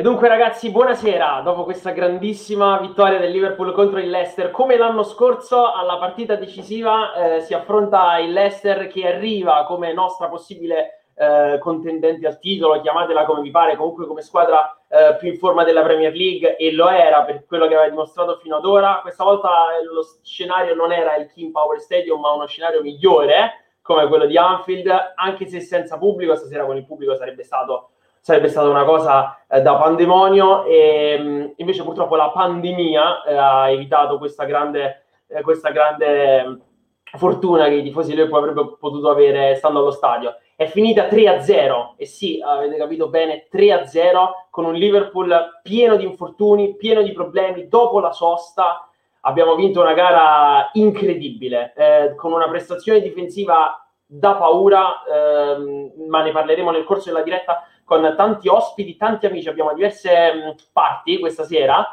E dunque ragazzi, buonasera. Dopo questa grandissima vittoria del Liverpool contro il Leicester, come l'anno scorso alla partita decisiva si affronta il Leicester che arriva come nostra possibile contendente al titolo, chiamatela come vi pare, comunque come squadra più in forma della Premier League, e lo era per quello che aveva dimostrato fino ad ora. Questa volta lo scenario non era il King Power Stadium, ma uno scenario migliore come quello di Anfield, anche se senza pubblico. Stasera con il pubblico sarebbe stata una cosa da pandemonio, e invece purtroppo la pandemia ha evitato questa grande fortuna che i tifosi Liverpool avrebbero potuto avere stando allo stadio. È finita 3-0, e sì, avete capito bene, 3-0, con un Liverpool pieno di infortuni, pieno di problemi. Dopo la sosta abbiamo vinto una gara incredibile, con una prestazione difensiva da paura, ma ne parleremo nel corso della diretta con tanti ospiti, tanti amici. Abbiamo diverse parti questa sera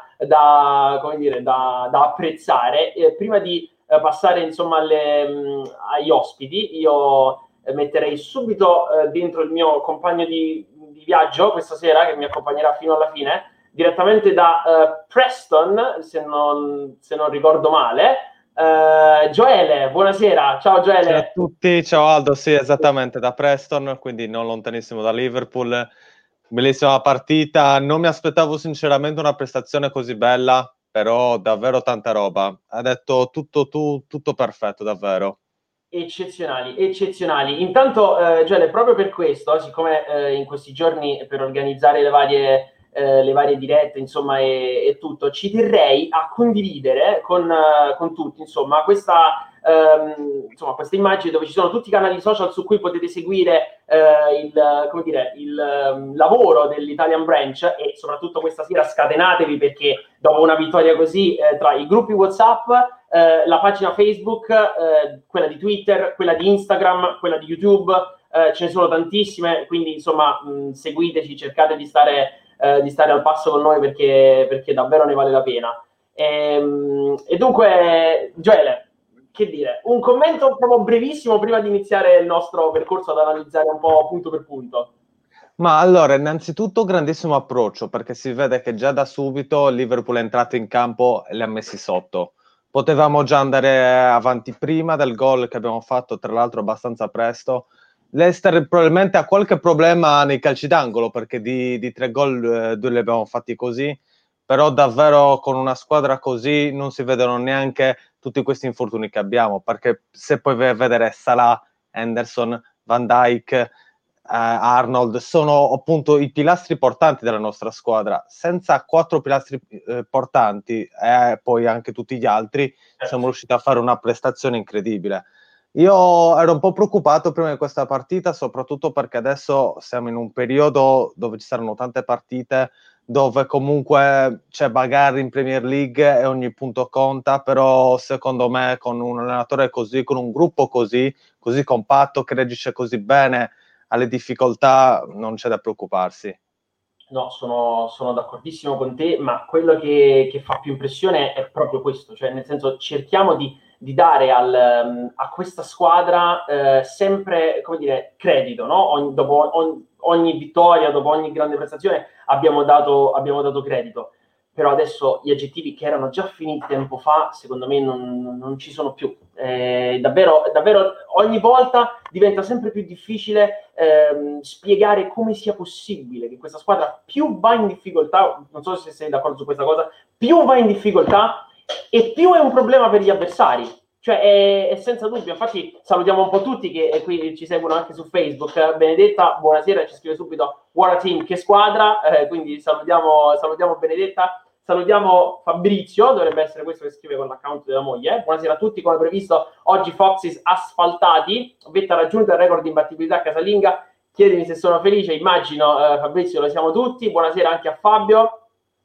da apprezzare. Prima di passare insomma agli ospiti, io metterei subito dentro il mio compagno di viaggio questa sera, che mi accompagnerà fino alla fine, direttamente da Preston, se non ricordo male. Gioele, buonasera. Ciao Ciao a Gioele. tutti, ciao Aldo, sì, esattamente, da Preston, quindi non lontanissimo da Liverpool. Bellissima partita, non mi aspettavo sinceramente una prestazione così bella, però davvero tanta roba. Ha detto tutto perfetto, davvero. Eccezionali, eccezionali. Intanto, Gioele, proprio per questo, siccome in questi giorni per organizzare le varie dirette, insomma, e tutto, ci terrei a condividere con tutti, insomma, questa immagine dove ci sono tutti i canali social su cui potete seguire il lavoro dell'Italian Branch, e soprattutto questa sera scatenatevi, perché dopo una vittoria così, tra i gruppi WhatsApp, la pagina Facebook, quella di Twitter, quella di Instagram, quella di YouTube, ce ne sono tantissime, quindi insomma seguiteci, cercate di stare al passo con noi, perché davvero ne vale la pena. E dunque, Gioele, che dire, un commento proprio brevissimo prima di iniziare il nostro percorso ad analizzare un po' punto per punto. Ma allora, innanzitutto grandissimo approccio, perché si vede che già da subito il Liverpool è entrato in campo e li ha messi sotto. Potevamo già andare avanti prima del gol che abbiamo fatto, tra l'altro abbastanza presto. L'Ester probabilmente ha qualche problema nei calci d'angolo, perché di 3 gol, 2 li abbiamo fatti così, però davvero con una squadra così non si vedono neanche tutti questi infortuni che abbiamo, perché se poi vai a vedere Salah, Henderson, Van Dijk, Arnold sono appunto i pilastri portanti della nostra squadra. Senza 4 pilastri portanti e poi anche tutti gli altri siamo riusciti a fare una prestazione incredibile. Io ero un po' preoccupato prima di questa partita, soprattutto perché adesso siamo in un periodo dove ci saranno tante partite, dove comunque c'è bagarre in Premier League e ogni punto conta, però secondo me con un allenatore così, con un gruppo così compatto, che reagisce così bene alle difficoltà, non c'è da preoccuparsi. No, sono d'accordissimo con te, ma quello che fa più impressione è proprio questo, cioè nel senso cerchiamo di dare a questa squadra sempre, come dire, credito, no? Dopo ogni vittoria, dopo ogni grande prestazione abbiamo dato credito. Però adesso gli aggettivi che erano già finiti tempo fa, secondo me non ci sono più. Davvero ogni volta diventa sempre più difficile spiegare come sia possibile che questa squadra più va in difficoltà, non so se sei d'accordo su questa cosa, più va in difficoltà e più è un problema per gli avversari. Cioè è senza dubbio. Infatti salutiamo un po' tutti che qui ci seguono anche su Facebook. Benedetta, buonasera, ci scrive subito What a team, che squadra, quindi salutiamo Benedetta. Salutiamo Fabrizio, dovrebbe essere questo che scrive con l'account della moglie. Buonasera a tutti, come previsto oggi Foxys asfaltati, vetta raggiunta il record di imbattibilità casalinga. Chiedimi se sono felice, immagino, Fabrizio, lo siamo tutti. Buonasera anche a Fabio,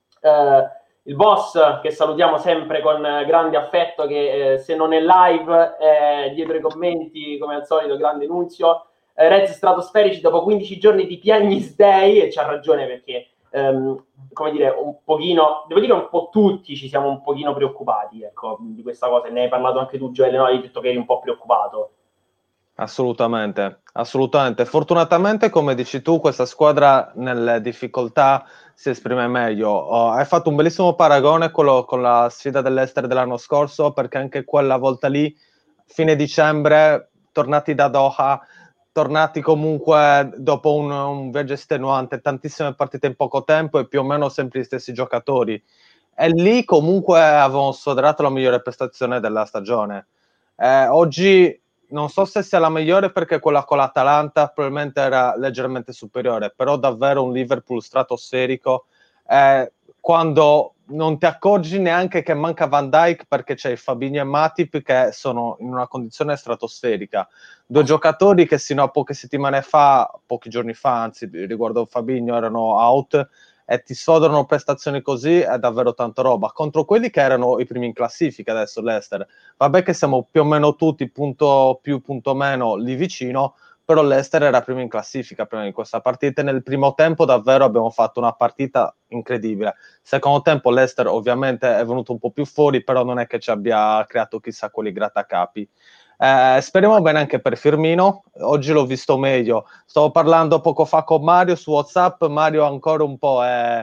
il boss, che salutiamo sempre con grande affetto, che se non è live dietro i commenti, come al solito, grande Nunzio. Reds stratosferici dopo 15 giorni di Piagnis Day, e c'ha ragione, perché come dire, un pochino, devo dire un po' tutti ci siamo un pochino preoccupati, ecco, di questa cosa. Ne hai parlato anche tu, Gioele, no? Hai detto che eri un po' preoccupato. Assolutamente, assolutamente. Fortunatamente, come dici tu, questa squadra nelle difficoltà si esprime meglio. Hai fatto un bellissimo paragone con la sfida dell'Ester dell'anno scorso, perché anche quella volta lì, fine dicembre, tornati da Doha, tornati comunque dopo un viaggio estenuante, tantissime partite in poco tempo e più o meno sempre gli stessi giocatori. E lì comunque avevamo sfoderato la migliore prestazione della stagione. Oggi non so se sia la migliore perché quella con l'Atalanta probabilmente era leggermente superiore, però davvero un Liverpool stratosferico. Quando non ti accorgi neanche che manca Van Dijk perché c'è Fabinho e Matip che sono in una condizione stratosferica. Due giocatori che sino a poche settimane fa, pochi giorni fa, anzi riguardo Fabinho, erano out e ti sfoderano prestazioni così è davvero tanta roba contro quelli che erano i primi in classifica adesso l'Ester. Vabbè che siamo più o meno tutti punto più punto meno lì vicino, però l'Ester era prima in classifica prima di questa partita e nel primo tempo davvero abbiamo fatto una partita incredibile. Secondo tempo l'Ester ovviamente è venuto un po' più fuori, però non è che ci abbia creato chissà quali grattacapi. Speriamo bene anche per Firmino, oggi l'ho visto meglio. Stavo parlando poco fa con Mario su WhatsApp, Mario ancora un po'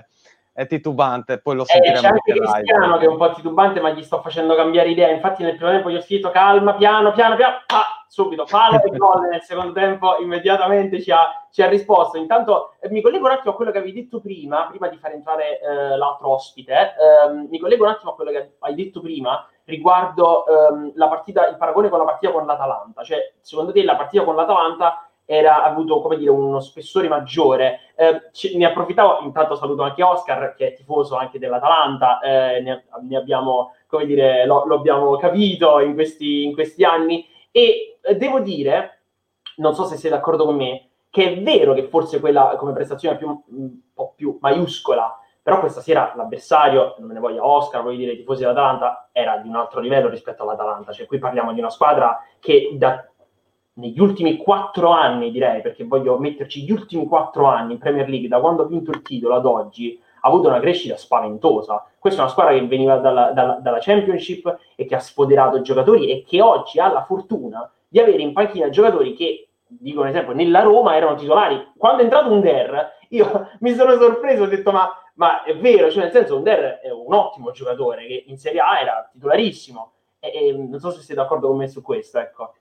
è titubante, poi lo C'è sentiremo anche anche live. Cristiano che è un po' titubante, ma gli sto facendo cambiare idea. Infatti, nel primo tempo gli ho scritto calma, piano, piano, piano, subito palo e gol. Nel secondo tempo, immediatamente ci ha risposto. Intanto mi collego un attimo a quello che avevi detto prima di far entrare l'altro ospite. Mi collego un attimo a quello che hai detto prima riguardo la partita, il paragone con la partita con l'Atalanta. Cioè, secondo te la partita con l'Atalanta ha avuto, come dire, uno spessore maggiore. Ne approfittavo, intanto saluto anche Oscar, che è tifoso anche dell'Atalanta, ne abbiamo, come dire, lo abbiamo capito in questi anni, e devo dire, non so se sei d'accordo con me, che è vero che forse quella come prestazione è un po' più maiuscola, però questa sera l'avversario, non me ne voglia Oscar, voglio dire, i tifosi dell'Atalanta, era di un altro livello rispetto all'Atalanta, cioè qui parliamo di una squadra che negli ultimi 4 anni, direi, perché voglio metterci gli ultimi 4 anni in Premier League, da quando ha vinto il titolo ad oggi, ha avuto una crescita spaventosa. Questa è una squadra che veniva dalla Championship e che ha sfoderato i giocatori e che oggi ha la fortuna di avere in panchina giocatori che, dico un esempio, nella Roma erano titolari. Quando è entrato Under, io mi sono sorpreso, ho detto ma è vero, cioè nel senso Under è un ottimo giocatore che in Serie A era titolarissimo e non so se sei d'accordo con me su questo, ecco.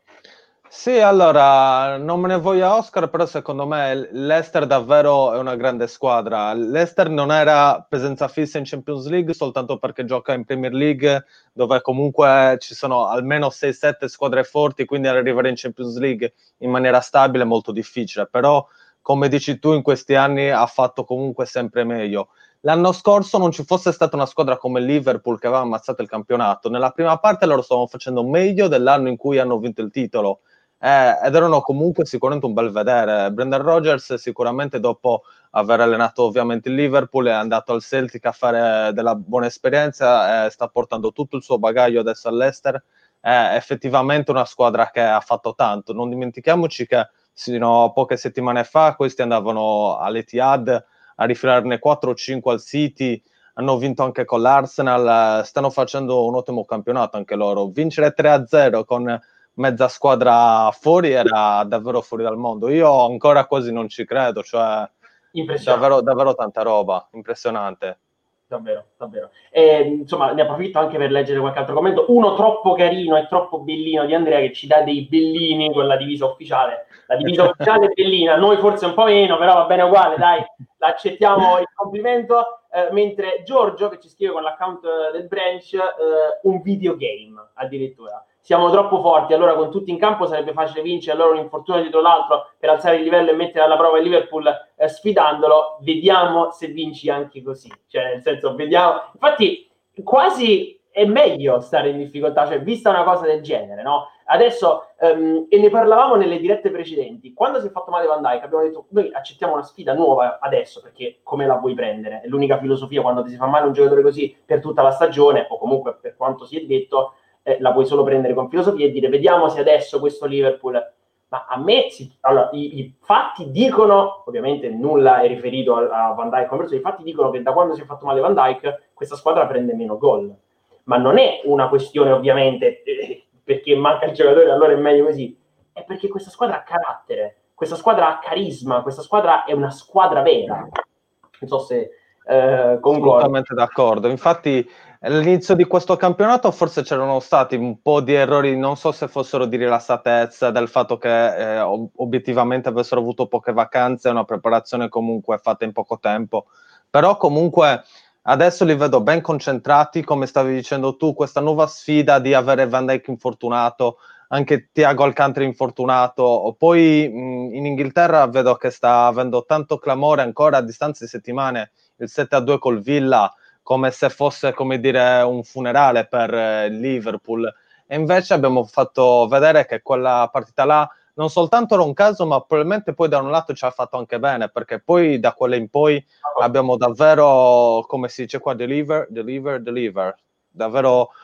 Sì, allora, non me ne voglia Oscar, però secondo me l'Ester davvero è una grande squadra. L'Ester non era presenza fissa in Champions League soltanto perché gioca in Premier League, dove comunque ci sono almeno 6-7 squadre forti, quindi arrivare in Champions League in maniera stabile è molto difficile. Però, come dici tu, in questi anni ha fatto comunque sempre meglio. L'anno scorso non ci fosse stata una squadra come Liverpool che aveva ammazzato il campionato. Nella prima parte loro stavano facendo meglio dell'anno in cui hanno vinto il titolo. Ed erano comunque sicuramente un bel vedere. Brendan Rodgers sicuramente dopo aver allenato ovviamente il Liverpool è andato al Celtic a fare della buona esperienza, sta portando tutto il suo bagaglio adesso all'Ester. È effettivamente una squadra che ha fatto tanto. Non dimentichiamoci che fino a poche settimane fa questi andavano all'Etihad a rifilarne 4 o 5 al City, hanno vinto anche con l'Arsenal, stanno facendo un ottimo campionato anche loro. Vincere 3-0 con mezza squadra fuori era davvero fuori dal mondo. Io ancora quasi non ci credo, cioè Impressionante. davvero, davvero tanta roba, impressionante. Davvero, davvero. Insomma, ne approfitto anche per leggere qualche altro commento. Uno troppo carino e troppo bellino di Andrea che ci dà dei bellini con la divisa ufficiale. La divisa ufficiale è bellina, noi forse un po' meno, però va bene uguale, dai, accettiamo il complimento. Mentre Giorgio, che ci scrive con l'account del branch, un videogame addirittura. Siamo troppo forti, allora con tutti in campo sarebbe facile vincere, allora un infortunio dietro l'altro per alzare il livello e mettere alla prova il Liverpool sfidandolo, vediamo se vinci anche così, cioè nel senso vediamo, infatti quasi è meglio stare in difficoltà, cioè vista una cosa del genere, no? Adesso, e ne parlavamo nelle dirette precedenti, quando si è fatto male Van Dijk abbiamo detto noi accettiamo una sfida nuova adesso perché come la vuoi prendere? È l'unica filosofia quando ti si fa male un giocatore così per tutta la stagione o comunque per quanto si è detto la puoi solo prendere con filosofia e dire vediamo se adesso questo Liverpool, ma a me allora, i fatti dicono, ovviamente nulla è riferito a Van Dijk come persona, i fatti dicono che da quando si è fatto male Van Dijk questa squadra prende meno gol, ma non è una questione ovviamente perché manca il giocatore allora è meglio così, è perché questa squadra ha carattere, questa squadra ha carisma, questa squadra è una squadra vera. Non so se concordo. Assolutamente d'accordo. Infatti, all'inizio di questo campionato forse c'erano stati un po' di errori, non so se fossero di rilassatezza, del fatto che obiettivamente avessero avuto poche vacanze e una preparazione comunque fatta in poco tempo. Però comunque adesso li vedo ben concentrati, come stavi dicendo tu, questa nuova sfida di avere Van Dijk infortunato, anche Thiago Alcantara infortunato. Poi in Inghilterra vedo che sta avendo tanto clamore ancora a distanza di settimane il 7-2 col Villa, come se fosse, come dire, un funerale per Liverpool. E invece abbiamo fatto vedere che quella partita là non soltanto era un caso, ma probabilmente poi da un lato ci ha fatto anche bene, perché poi da quella in poi abbiamo davvero, come si dice qua, deliver, davvero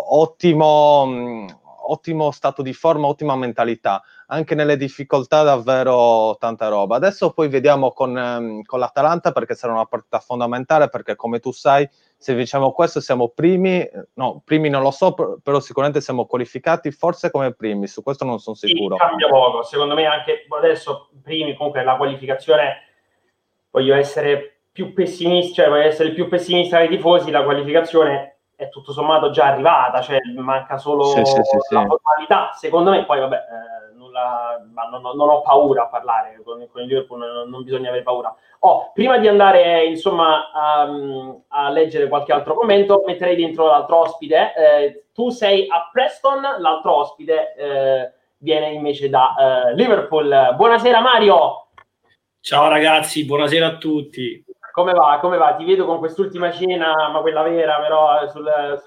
ottimo stato di forma, ottima mentalità, anche nelle difficoltà davvero tanta roba. Adesso poi vediamo con l'Atalanta, perché sarà una partita fondamentale, perché come tu sai, se diciamo questo siamo primi non lo so, però sicuramente siamo qualificati forse come primi, su questo non sono sicuro. Sì, cambia poco, secondo me anche adesso primi, comunque la qualificazione, voglio essere più pessimista, cioè voglio essere il più pessimista dei tifosi, la qualificazione è tutto sommato già arrivata, cioè manca solo la formalità, secondo me. Poi vabbè, non ho paura a parlare con il Liverpool, non bisogna avere paura. Prima di andare insomma a leggere qualche altro commento, metterei dentro l'altro ospite. Tu sei a Preston, l'altro ospite viene invece da Liverpool. Buonasera Mario! Ciao ragazzi, buonasera a tutti. Come va? Ti vedo con quest'ultima cena, ma quella vera, però sulla...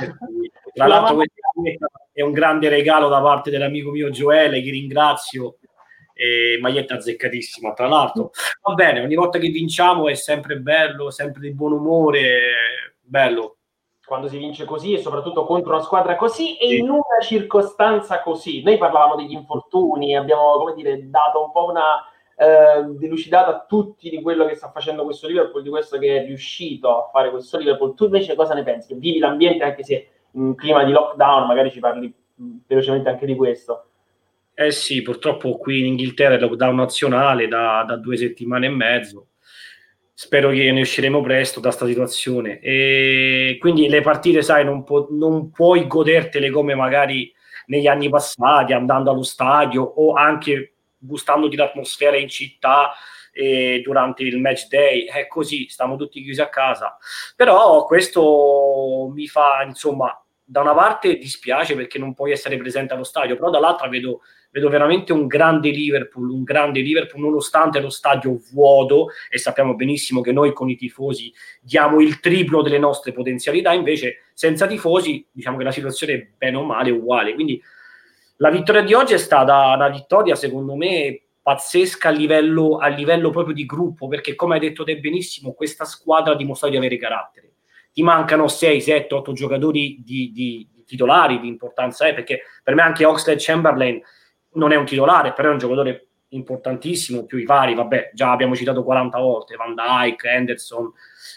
Tra l'altro questo è un grande regalo da parte dell'amico mio Gioele, che ringrazio, maglietta azzeccatissima tra l'altro. Va bene, ogni volta che vinciamo è sempre bello, sempre di buon umore, bello. Quando si vince così e soprattutto contro una squadra così e in una circostanza così. Noi parlavamo degli infortuni, abbiamo, come dire, dato un po' una delucidata a tutti di quello che sta facendo questo Liverpool, di questo che è riuscito a fare questo Liverpool. Tu invece cosa ne pensi? Che vivi l'ambiente, anche se in clima di lockdown, magari ci parli velocemente anche di questo. Eh sì, purtroppo qui in Inghilterra è lockdown nazionale da 2 settimane e mezzo. Spero che ne usciremo presto da questa situazione. E quindi le partite, sai, non puoi godertele come magari negli anni passati, andando allo stadio o anche gustandoti l'atmosfera in città durante il match day. È così, stiamo tutti chiusi a casa. Però questo mi fa, insomma, da una parte dispiace perché non puoi essere presente allo stadio, però dall'altra vedo veramente un grande Liverpool, nonostante lo stadio vuoto, e sappiamo benissimo che noi con i tifosi diamo il triplo delle nostre potenzialità, invece senza tifosi diciamo che la situazione è bene o male uguale. Quindi la vittoria di oggi è stata una vittoria secondo me pazzesca a livello proprio di gruppo, perché come hai detto te benissimo, questa squadra ha dimostrato di avere carattere. Ti mancano 6, 7, 8 giocatori di titolari di importanza, perché per me anche Oxlade-Chamberlain non è un titolare, però è un giocatore importantissimo, più i vari, vabbè, già abbiamo citato 40 volte, Van Dijk, Henderson,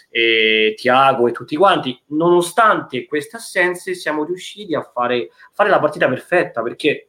Thiago e tutti quanti. Nonostante queste assenze siamo riusciti a fare la partita perfetta, perché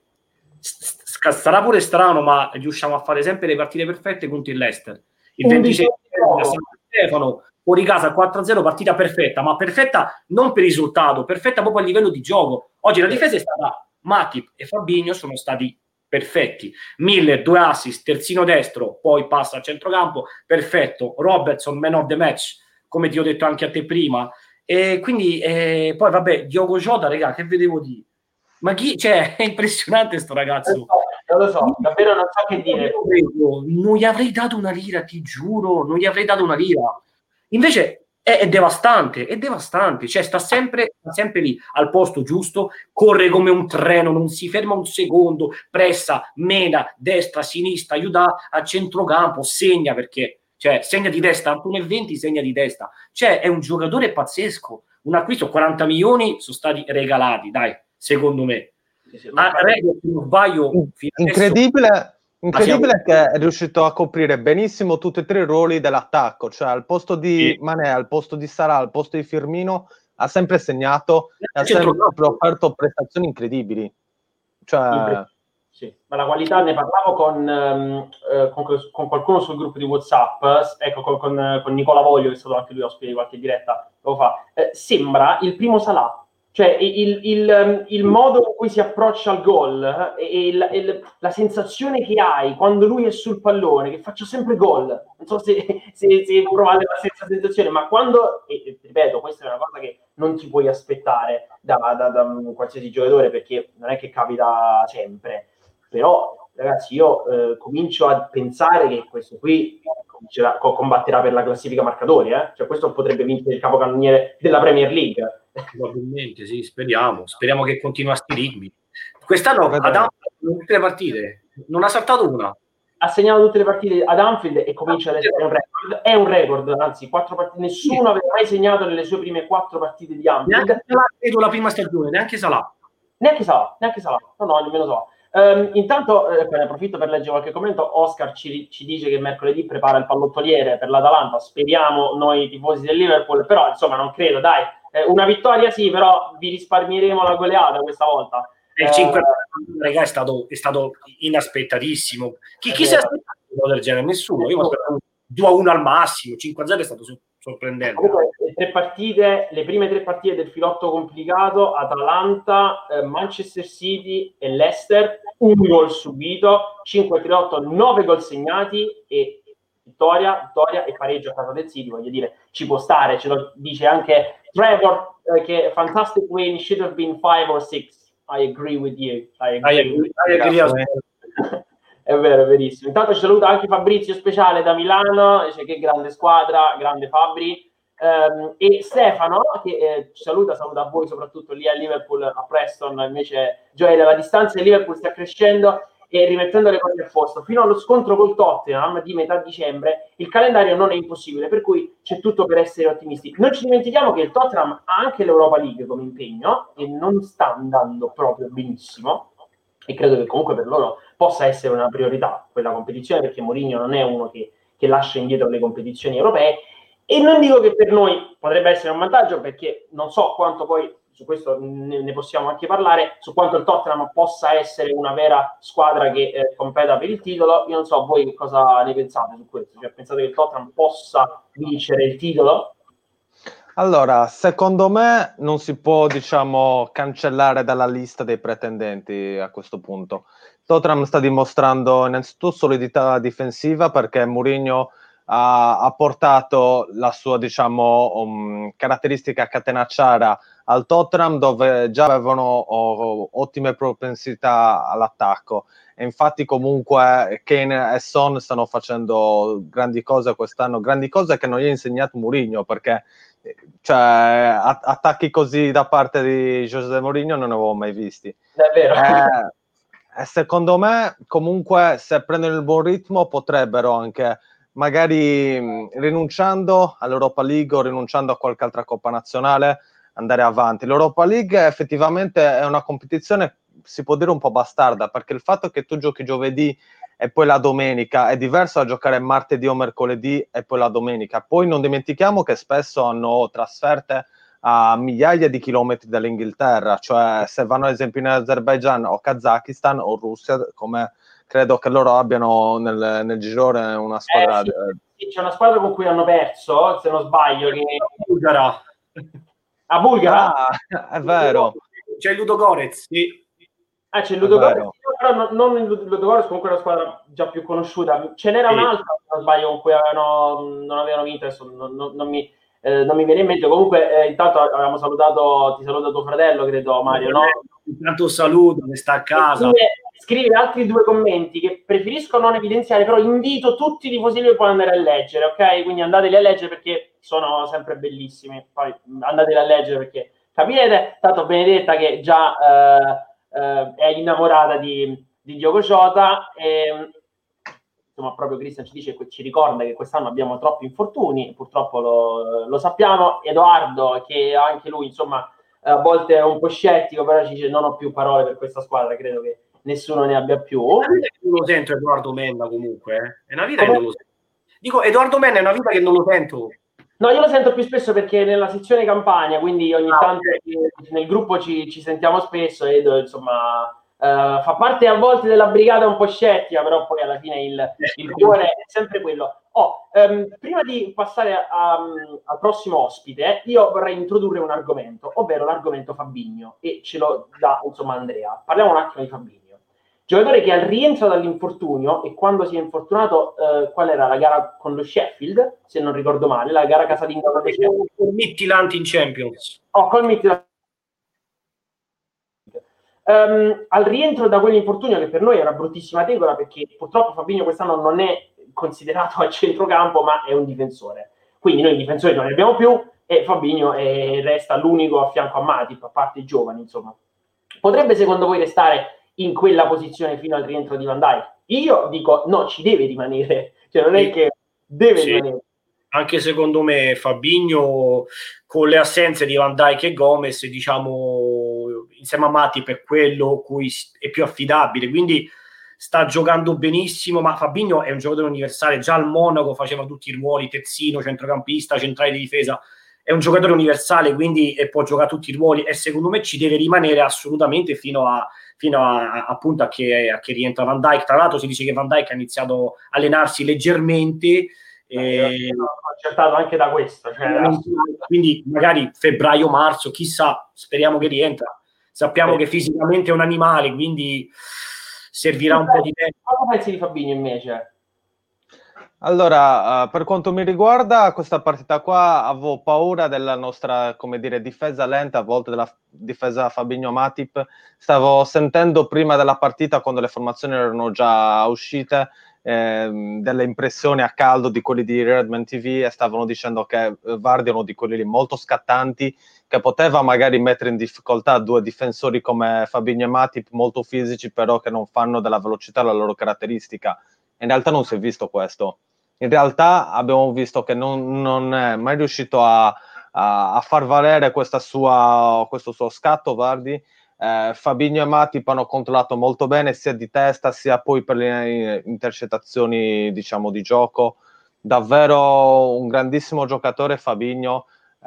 sarà pure strano, ma riusciamo a fare sempre le partite perfette contro il Leicester. Il 26 a San Stefano, fuori casa 4-0, partita perfetta, ma perfetta non per risultato, perfetta proprio a livello di gioco. Oggi la difesa è stata Matip e Fabinho, sono stati perfetti. Miller 2 assist, terzino destro, poi passa al centrocampo, perfetto. Robertson man of the match, come ti ho detto anche a te prima. E quindi poi vabbè, Diogo Jota, raga, che vedevo di ma chi, cioè, è impressionante sto ragazzo. Lo so, davvero non so che dire. Non gli avrei dato una lira, ti giuro, non gli avrei dato una lira. Invece è devastante, cioè sta sempre lì al posto giusto, corre come un treno, non si ferma un secondo, pressa, mena, destra, sinistra, aiuta a centrocampo, segna, perché cioè segna di testa, 1,20 segna di testa, cioè è un giocatore pazzesco. Un acquisto 40 milioni sono stati regalati, dai, secondo me. Incredibile che è riuscito a coprire benissimo tutti e tre i ruoli dell'attacco, cioè al posto di Mané, al posto di Salah, al posto di Firmino ha sempre segnato e ha sempre offerto prestazioni incredibili, cioè Sì, ma la qualità, ne parlavo con qualcuno sul gruppo di WhatsApp, ecco, con Nicola Voglio, che è stato anche lui ospite di qualche diretta poco fa. Sembra il primo Salah, cioè il modo in cui si approccia al gol la sensazione che hai quando lui è sul pallone, che faccio sempre gol. Non so se provate la stessa sensazione, ma quando, ripeto, questa è una cosa che non ti puoi aspettare da qualsiasi giocatore, perché non è che capita sempre. Però, ragazzi, io comincio a pensare che questo qui combatterà per la classifica marcatori, cioè questo potrebbe vincere il capocannoniere della Premier League. Probabilmente, sì, speriamo che continui a sti ritmi. Quest'anno ad Anfield tutte le partite, non ha saltato una. Ha segnato tutte le partite ad Anfield e comincia ad essere un record. È un record, anzi, 4 partite. Nessuno aveva mai segnato nelle sue prime 4 partite di Anfield. Neanche Salah, credo, la prima stagione, neanche Salah. Neanche Salah. No, nemmeno Salah. Intanto ne approfitto per leggere qualche commento. Oscar ci dice che mercoledì prepara il pallottoliere per l'Atalanta. Speriamo noi tifosi del Liverpool, però insomma non credo, dai. Una vittoria sì, però vi risparmieremo la goleata questa volta. Il 5 è stato inaspettatissimo. Chi si è aspettato del genere? Nessuno. Io mi aspettavo 2-1 al massimo, 5-0 è stato sorprendente. Comunque, le prime 3 partite del filotto complicato: Atalanta, Manchester City e Leicester, 1 gol subito, 5-3-8, 9 gol segnati e vittoria e pareggio a casa del City. Voglio dire, ci può stare, ce lo dice anche Trevor, che fantastic win, should have been 5 or 6. I agree with you. I agree. È vero, è verissimo. Intanto ci saluta anche Fabrizio Speciale da Milano, dice che grande squadra, grande Fabri. E Stefano, che ci saluta a voi soprattutto lì a Liverpool, a Preston. Invece Gioele, la distanza di Liverpool sta crescendo e rimettendo le cose a posto. Fino allo scontro col Tottenham di metà dicembre il calendario non è impossibile, per cui c'è tutto per essere ottimisti. Non ci dimentichiamo che il Tottenham ha anche l'Europa League come impegno e non sta andando proprio benissimo, e credo che comunque per loro possa essere una priorità quella competizione, perché Mourinho non è uno che lascia indietro le competizioni europee. E non dico che per noi potrebbe essere un vantaggio, perché non so quanto poi, su questo ne possiamo anche parlare, su quanto il Tottenham possa essere una vera squadra che competa per il titolo. Io non so voi che cosa ne pensate su questo, cioè pensate che il Tottenham possa vincere il titolo? Allora, secondo me non si può, diciamo, cancellare dalla lista dei pretendenti a questo punto. Tottenham sta dimostrando innanzitutto solidità difensiva, perché Mourinho ha portato la sua, diciamo, caratteristica catenacciara al Tottenham, dove già avevano ottime propensità all'attacco. E infatti comunque Kane e Son stanno facendo grandi cose quest'anno, grandi cose che non gli ha insegnato Mourinho, perché cioè, attacchi così da parte di José Mourinho non ne avevo mai visti. Davvero? Secondo me comunque, se prendono il buon ritmo, potrebbero anche, magari rinunciando all'Europa League o rinunciando a qualche altra Coppa Nazionale, andare avanti. L'Europa League effettivamente è una competizione, si può dire, un po' bastarda, perché il fatto che tu giochi giovedì e poi la domenica è diverso da giocare martedì o mercoledì e poi la domenica. Poi non dimentichiamo che spesso hanno trasferte a migliaia di chilometri dall'Inghilterra, cioè se vanno ad esempio in Azerbaijan o Kazakistan o Russia, come credo che loro abbiano nel girone una squadra. Sì, c'è una squadra con cui hanno perso, se non sbaglio, che Bulgara. A Bulgara? È vero. C'è il Ludogorets, sì. C'è il Ludogorets, però non il Ludogorets, comunque è una squadra già più conosciuta. Ce n'era un'altra, se non sbaglio, con cui non avevano vinto, adesso non mi viene in mente. Comunque intanto avevamo ti saluta tuo fratello, credo, Mario, no? Intanto saluto, che sta a casa. Scrive altri 2 commenti che preferisco non evidenziare, però invito tutti i tifosi di andare a leggere, ok? Quindi andateli a leggere perché sono sempre bellissimi. Poi andateli a leggere perché capirete. Tanto Benedetta, che già è innamorata di Diogo Jota, e insomma proprio Cristian ci ricorda che quest'anno abbiamo troppi infortuni, purtroppo lo sappiamo. Edoardo, che anche lui insomma a volte è un po' scettico, però ci dice: non ho più parole per questa squadra, credo che nessuno ne abbia più. Non lo sento Edoardo Menna, comunque è una vita che non lo sento. Dico, Edoardo Menna è una vita che non lo sento. No, io lo sento più spesso perché nella sezione Campania, quindi ogni tanto nel gruppo ci sentiamo spesso, e insomma fa parte a volte della brigata un po' scettica, però poi alla fine il cuore è sempre quello. Prima di passare al prossimo ospite, io vorrei introdurre un argomento, ovvero l'argomento Fabinho, e ce lo dà insomma Andrea. Parliamo un attimo di Fabinho. Giocatore che al rientro dall'infortunio, e quando si è infortunato, qual era la gara con lo Sheffield, se non ricordo male, la gara casalinga con lo Sheffield. Con Midtjylland in Champions. Col Midtjylland. Al rientro da quell'infortunio, che per noi è una bruttissima tegola, perché purtroppo Fabinho quest'anno non è considerato al centrocampo, ma è un difensore. Quindi noi difensori non ne abbiamo più, e Fabinho resta l'unico a fianco a Matip, a parte i giovani, insomma. Potrebbe secondo voi restare in quella posizione fino al rientro di Van Dijk? Io dico no, ci deve rimanere, cioè non è che deve rimanere. Anche secondo me Fabinho, con le assenze di Van Dijk e Gomez, diciamo insieme a Matip, per quello cui è più affidabile, quindi sta giocando benissimo. Ma Fabinho è un giocatore universale, già al Monaco faceva tutti i ruoli, terzino, centrocampista, centrale di difesa, è un giocatore universale, quindi può giocare tutti i ruoli, e secondo me ci deve rimanere assolutamente fino a appunto a che rientra Van Dijk. Tra l'altro si dice che Van Dijk ha iniziato a allenarsi leggermente, accertato anche da questo, cioè, quindi magari febbraio-marzo, chissà, speriamo che rientra. Sappiamo che fisicamente è un animale, quindi servirà un po' di tempo. Cosa pensi di Fabinho invece? Allora, per quanto mi riguarda, questa partita qua avevo paura della nostra, come dire, difesa lenta, a volte della difesa Fabinho-Matip. Stavo sentendo prima della partita, quando le formazioni erano già uscite, delle impressioni a caldo di quelli di Redman TV, e stavano dicendo che Vardy è uno di quelli molto scattanti, che poteva magari mettere in difficoltà due difensori come Fabinho e Matip, molto fisici, però che non fanno della velocità la loro caratteristica. In realtà non si è visto questo. In realtà abbiamo visto che non è mai riuscito a far valere questo suo scatto, Vardy. Fabinho e Matip hanno controllato molto bene, sia di testa sia poi per le intercettazioni, diciamo, di gioco. Davvero un grandissimo giocatore Fabinho.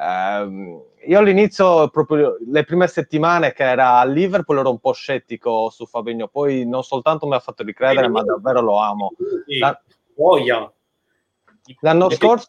Io all'inizio, proprio le prime settimane che era a Liverpool, ero un po' scettico su Fabinho, poi non soltanto mi ha fatto ricredere, ma davvero lo amo. L'anno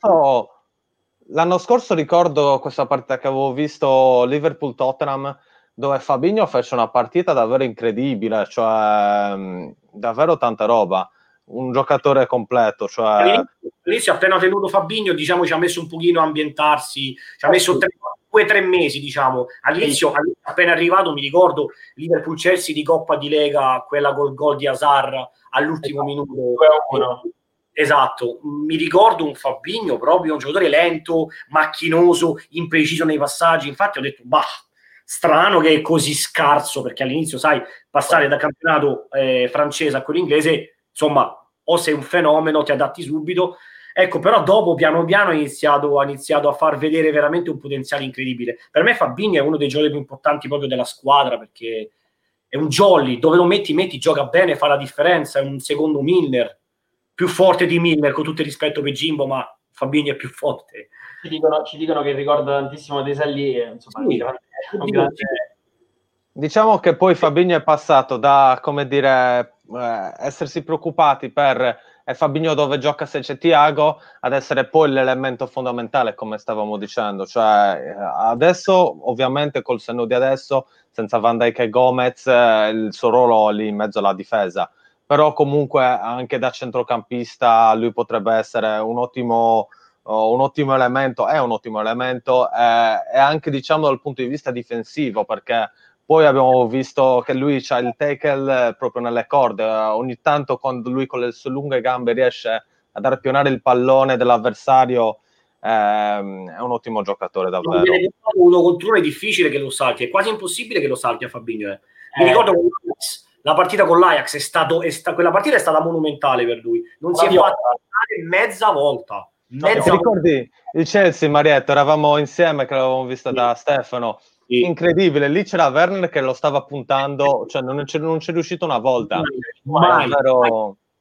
scorso ricordo questa partita che avevo visto, Liverpool-Tottenham, dove Fabinho fece una partita davvero incredibile, cioè davvero tanta roba, un giocatore completo. Cioè... All'inizio appena venuto Fabinho, diciamo, ci ha messo un pochino a ambientarsi, ci ha messo 2 o 3 mesi, diciamo. All'inizio, appena arrivato, mi ricordo Liverpool-Chelsea di Coppa di Lega, quella col gol di Hazard all'ultimo minuto. Esatto, mi ricordo un Fabinho proprio un giocatore lento, macchinoso, impreciso nei passaggi. Infatti ho detto, strano che è così scarso, perché all'inizio, sai, passare da campionato francese a quello inglese, insomma, o sei un fenomeno, ti adatti subito. Ecco, però dopo piano piano ha iniziato a far vedere veramente un potenziale incredibile. Per me Fabinho è uno dei giocatori più importanti proprio della squadra, perché è un jolly, dove lo metti, gioca bene, fa la differenza, è un secondo Milner, più forte di Milner, con tutto il rispetto per Jimbo, ma Fabinho è più forte. Ci dicono che ricorda tantissimo Desailly, insomma, sì, un grande... Diciamo che poi Fabinho è passato da, come dire, essersi preoccupati per Fabinho dove gioca se c'è Thiago, ad essere poi l'elemento fondamentale, come stavamo dicendo. Cioè, adesso, ovviamente, col senno di adesso, senza Van Dijk e Gomez, il suo ruolo lì in mezzo alla difesa. Però comunque anche da centrocampista lui potrebbe essere un ottimo elemento, è un ottimo elemento, e anche, diciamo, dal punto di vista difensivo, perché poi abbiamo visto che lui c'ha il tackle proprio nelle corde, ogni tanto quando lui con le sue lunghe gambe riesce ad arpionare il pallone dell'avversario, è un ottimo giocatore davvero. Uno contro uno è difficile che lo salti, è quasi impossibile che lo salti a Fabinho. Mi ricordo che la partita con l'Ajax quella partita è stata monumentale per lui, non si è fatto mezza volta. Ti ricordi il Chelsea, Marietto? Eravamo insieme, che l'avevamo vista da Stefano. Sì. Incredibile, lì c'era Werner che lo stava puntando, cioè non c'è riuscito una volta. Mai.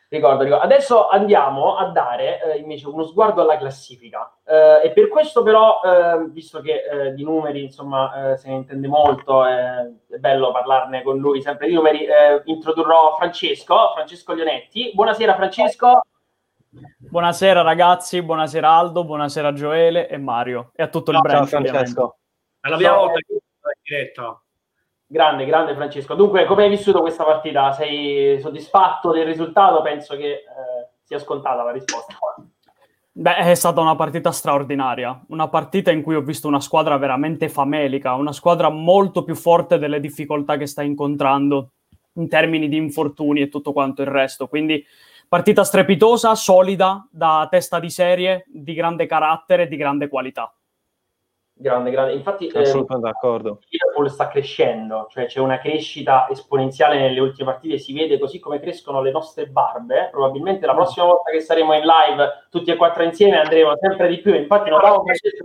Ricordo. Adesso andiamo a dare invece uno sguardo alla classifica e per questo però, visto che di numeri insomma se ne intende molto, è bello parlarne con lui sempre di numeri, introdurrò Francesco Lionetti. Buonasera Francesco. Buonasera ragazzi, buonasera Aldo, buonasera Gioele e Mario e a tutto il brand. Ciao Francesco. È la prima volta che in diretta. Grande Francesco. Dunque, come hai vissuto questa partita? Sei soddisfatto del risultato? Penso che sia scontata la risposta. Beh, è stata una partita straordinaria, una partita in cui ho visto una squadra veramente famelica, una squadra molto più forte delle difficoltà che sta incontrando in termini di infortuni e tutto quanto il resto. Quindi partita strepitosa, solida, da testa di serie, di grande carattere, di grande qualità. Grande. Infatti assolutamente d'accordo. Il Liverpool sta crescendo, cioè c'è una crescita esponenziale nelle ultime partite, si vede così come crescono le nostre barbe. Probabilmente la prossima volta che saremo in live tutti e quattro insieme andremo sempre di più. Infatti notavo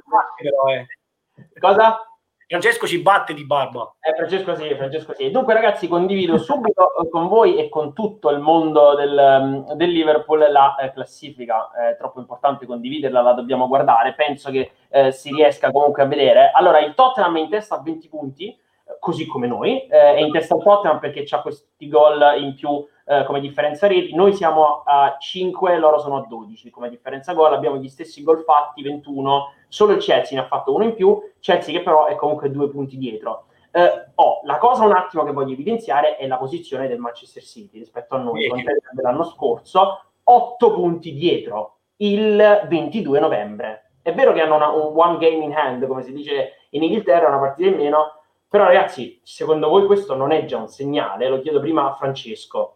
Cosa? Francesco ci batte di barba. Francesco sì. Dunque ragazzi, condivido subito con voi e con tutto il mondo del Liverpool la classifica. È troppo importante condividerla, la dobbiamo guardare. Penso che si riesca comunque a vedere. Allora, il Tottenham è in testa a 20 punti, così come noi. È in testa al Tottenham perché c'ha questi gol in più come differenza reti. Noi siamo a 5, loro sono a 12 come differenza gol. Abbiamo gli stessi gol fatti, 21. Solo il Chelsea ne ha fatto uno in più, Chelsea che però è comunque 2 punti dietro. La cosa un attimo che voglio evidenziare è la posizione del Manchester City rispetto a noi, dell'anno scorso, 8 punti dietro il 22 novembre. È vero che hanno un one game in hand, come si dice in Inghilterra, una partita in meno, però ragazzi, secondo voi questo non è già un segnale? Lo chiedo prima a Francesco.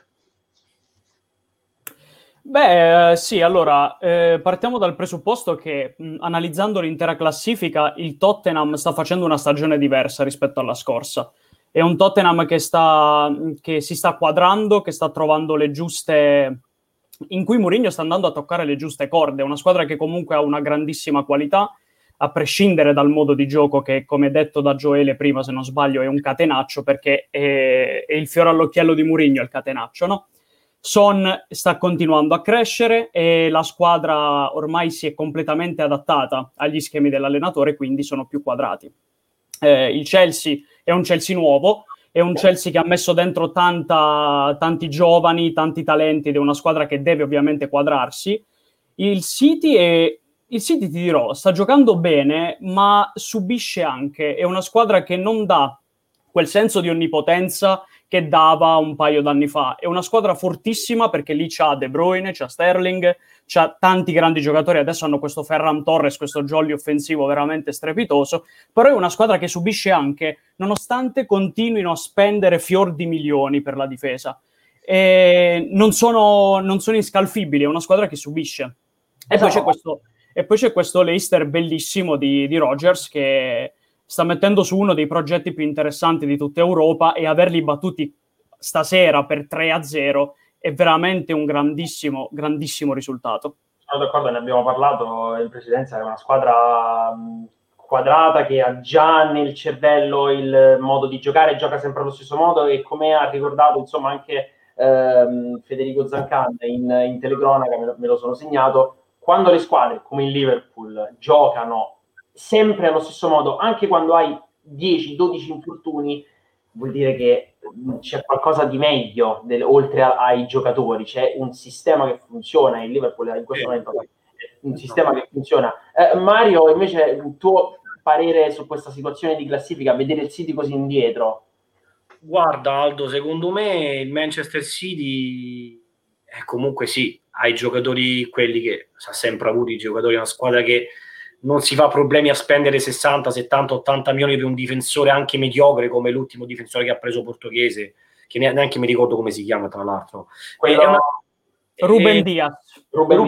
Beh, sì, allora, partiamo dal presupposto che analizzando l'intera classifica, il Tottenham sta facendo una stagione diversa rispetto alla scorsa. È un Tottenham che si sta quadrando, che sta trovando le giuste... in cui Mourinho sta andando a toccare le giuste corde. È una squadra che comunque ha una grandissima qualità, a prescindere dal modo di gioco che, come detto da Gioele prima, se non sbaglio, è un catenaccio, perché è il fiore all'occhiello di Mourinho il catenaccio, no? Son sta continuando a crescere e la squadra ormai si è completamente adattata agli schemi dell'allenatore, quindi sono più quadrati. Il Chelsea è un Chelsea nuovo, è un Chelsea che ha messo dentro tanti giovani, tanti talenti ed è una squadra che deve ovviamente quadrarsi. Il City, ti dirò, sta giocando bene, ma subisce anche. È una squadra che non dà quel senso di onnipotenza che dava un paio d'anni fa. È una squadra fortissima perché lì c'ha De Bruyne, c'ha Sterling, c'ha tanti grandi giocatori, adesso hanno questo Ferran Torres, questo jolly offensivo veramente strepitoso, però è una squadra che subisce anche, nonostante continuino a spendere fior di milioni per la difesa. E non sono inscalfibili, è una squadra che subisce. E poi c'è questo Leicester bellissimo di Rodgers che sta mettendo su uno dei progetti più interessanti di tutta Europa e averli battuti stasera per 3-0 è veramente un grandissimo risultato. Sono d'accordo, ne abbiamo parlato in precedenza, è una squadra quadrata che ha già nel cervello il modo di giocare, gioca sempre allo stesso modo e come ha ricordato insomma anche Federico Zancan in telecronaca, me lo sono segnato, quando le squadre come il Liverpool giocano sempre allo stesso modo, anche quando hai 10-12 infortuni, vuol dire che c'è qualcosa di meglio oltre ai giocatori, c'è un sistema che funziona, il Liverpool in questo momento è un sistema che funziona. Mario, invece, il tuo parere su questa situazione di classifica, vedere il City così indietro? Guarda Aldo, secondo me il Manchester City comunque sì, ha i giocatori, quelli che ha sempre avuto i giocatori, una squadra che non si fa problemi a spendere 60, 70, 80 milioni per un difensore anche mediocre come l'ultimo difensore che ha preso portoghese, che neanche mi ricordo come si chiama tra l'altro. Ruben Dias.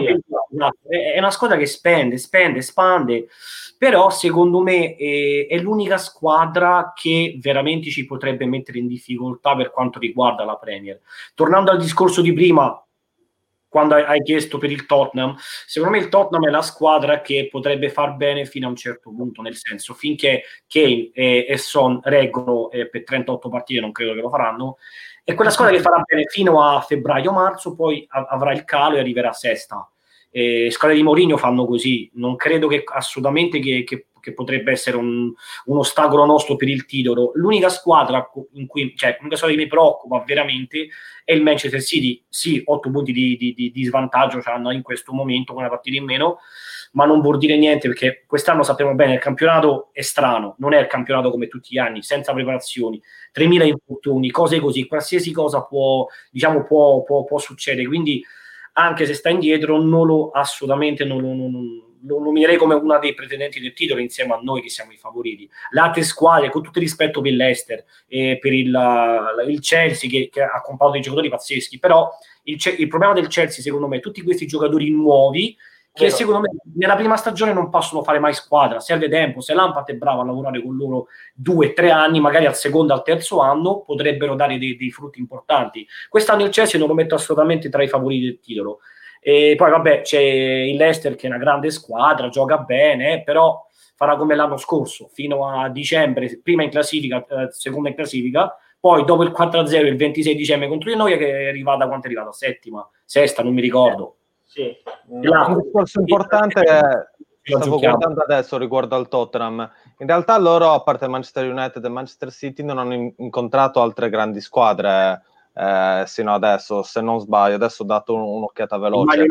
È una squadra che spende, espande, però secondo me è l'unica squadra che veramente ci potrebbe mettere in difficoltà per quanto riguarda la Premier. Tornando al discorso di prima, quando hai chiesto per il Tottenham, secondo me il Tottenham è la squadra che potrebbe far bene fino a un certo punto, nel senso, finché Kane e Son reggono per 38 partite, non credo che lo faranno, è quella squadra che farà bene fino a febbraio-marzo, poi avrà il calo e arriverà sesta. Squadre di Mourinho fanno così, non credo che assolutamente che potrebbe essere un ostacolo nostro per il titolo. L'unica squadra in cui, cioè, l'unica squadra che mi preoccupa veramente è il Manchester City. Sì, 8 punti di svantaggio hanno in questo momento con una partita in meno, ma non vuol dire niente, perché quest'anno sappiamo bene il campionato è strano, non è il campionato come tutti gli anni, senza preparazioni, 3.000 infortuni, cose così, qualsiasi cosa può succedere, quindi anche se sta indietro assolutamente non lo nominerei come una dei pretendenti del titolo insieme a noi che siamo i favoriti. Le altre squadre, con tutto il rispetto per l'Leicester e per il Chelsea che ha comprato dei giocatori pazzeschi, però il problema del Chelsea secondo me tutti questi giocatori nuovi che secondo me nella prima stagione non possono fare mai squadra, serve tempo. Se Lampard è bravo a lavorare con loro 2-3 anni, magari al secondo, al terzo anno potrebbero dare dei frutti importanti. Quest'anno il Chelsea non lo metto assolutamente tra i favoriti del titolo. E poi vabbè c'è il Leicester che è una grande squadra, gioca bene, però farà come l'anno scorso, fino a dicembre, prima in classifica, seconda in classifica, poi dopo il 4-0 il 26 dicembre contro il Noia, che è arrivata, quanto è arrivata? Settima, sesta, non mi ricordo. Sì. Un discorso importante stavo guardando adesso riguardo al Tottenham. In realtà loro, a parte Manchester United e Manchester City, non hanno incontrato altre grandi squadre sino adesso, se non sbaglio. Adesso ho dato un'occhiata veloce.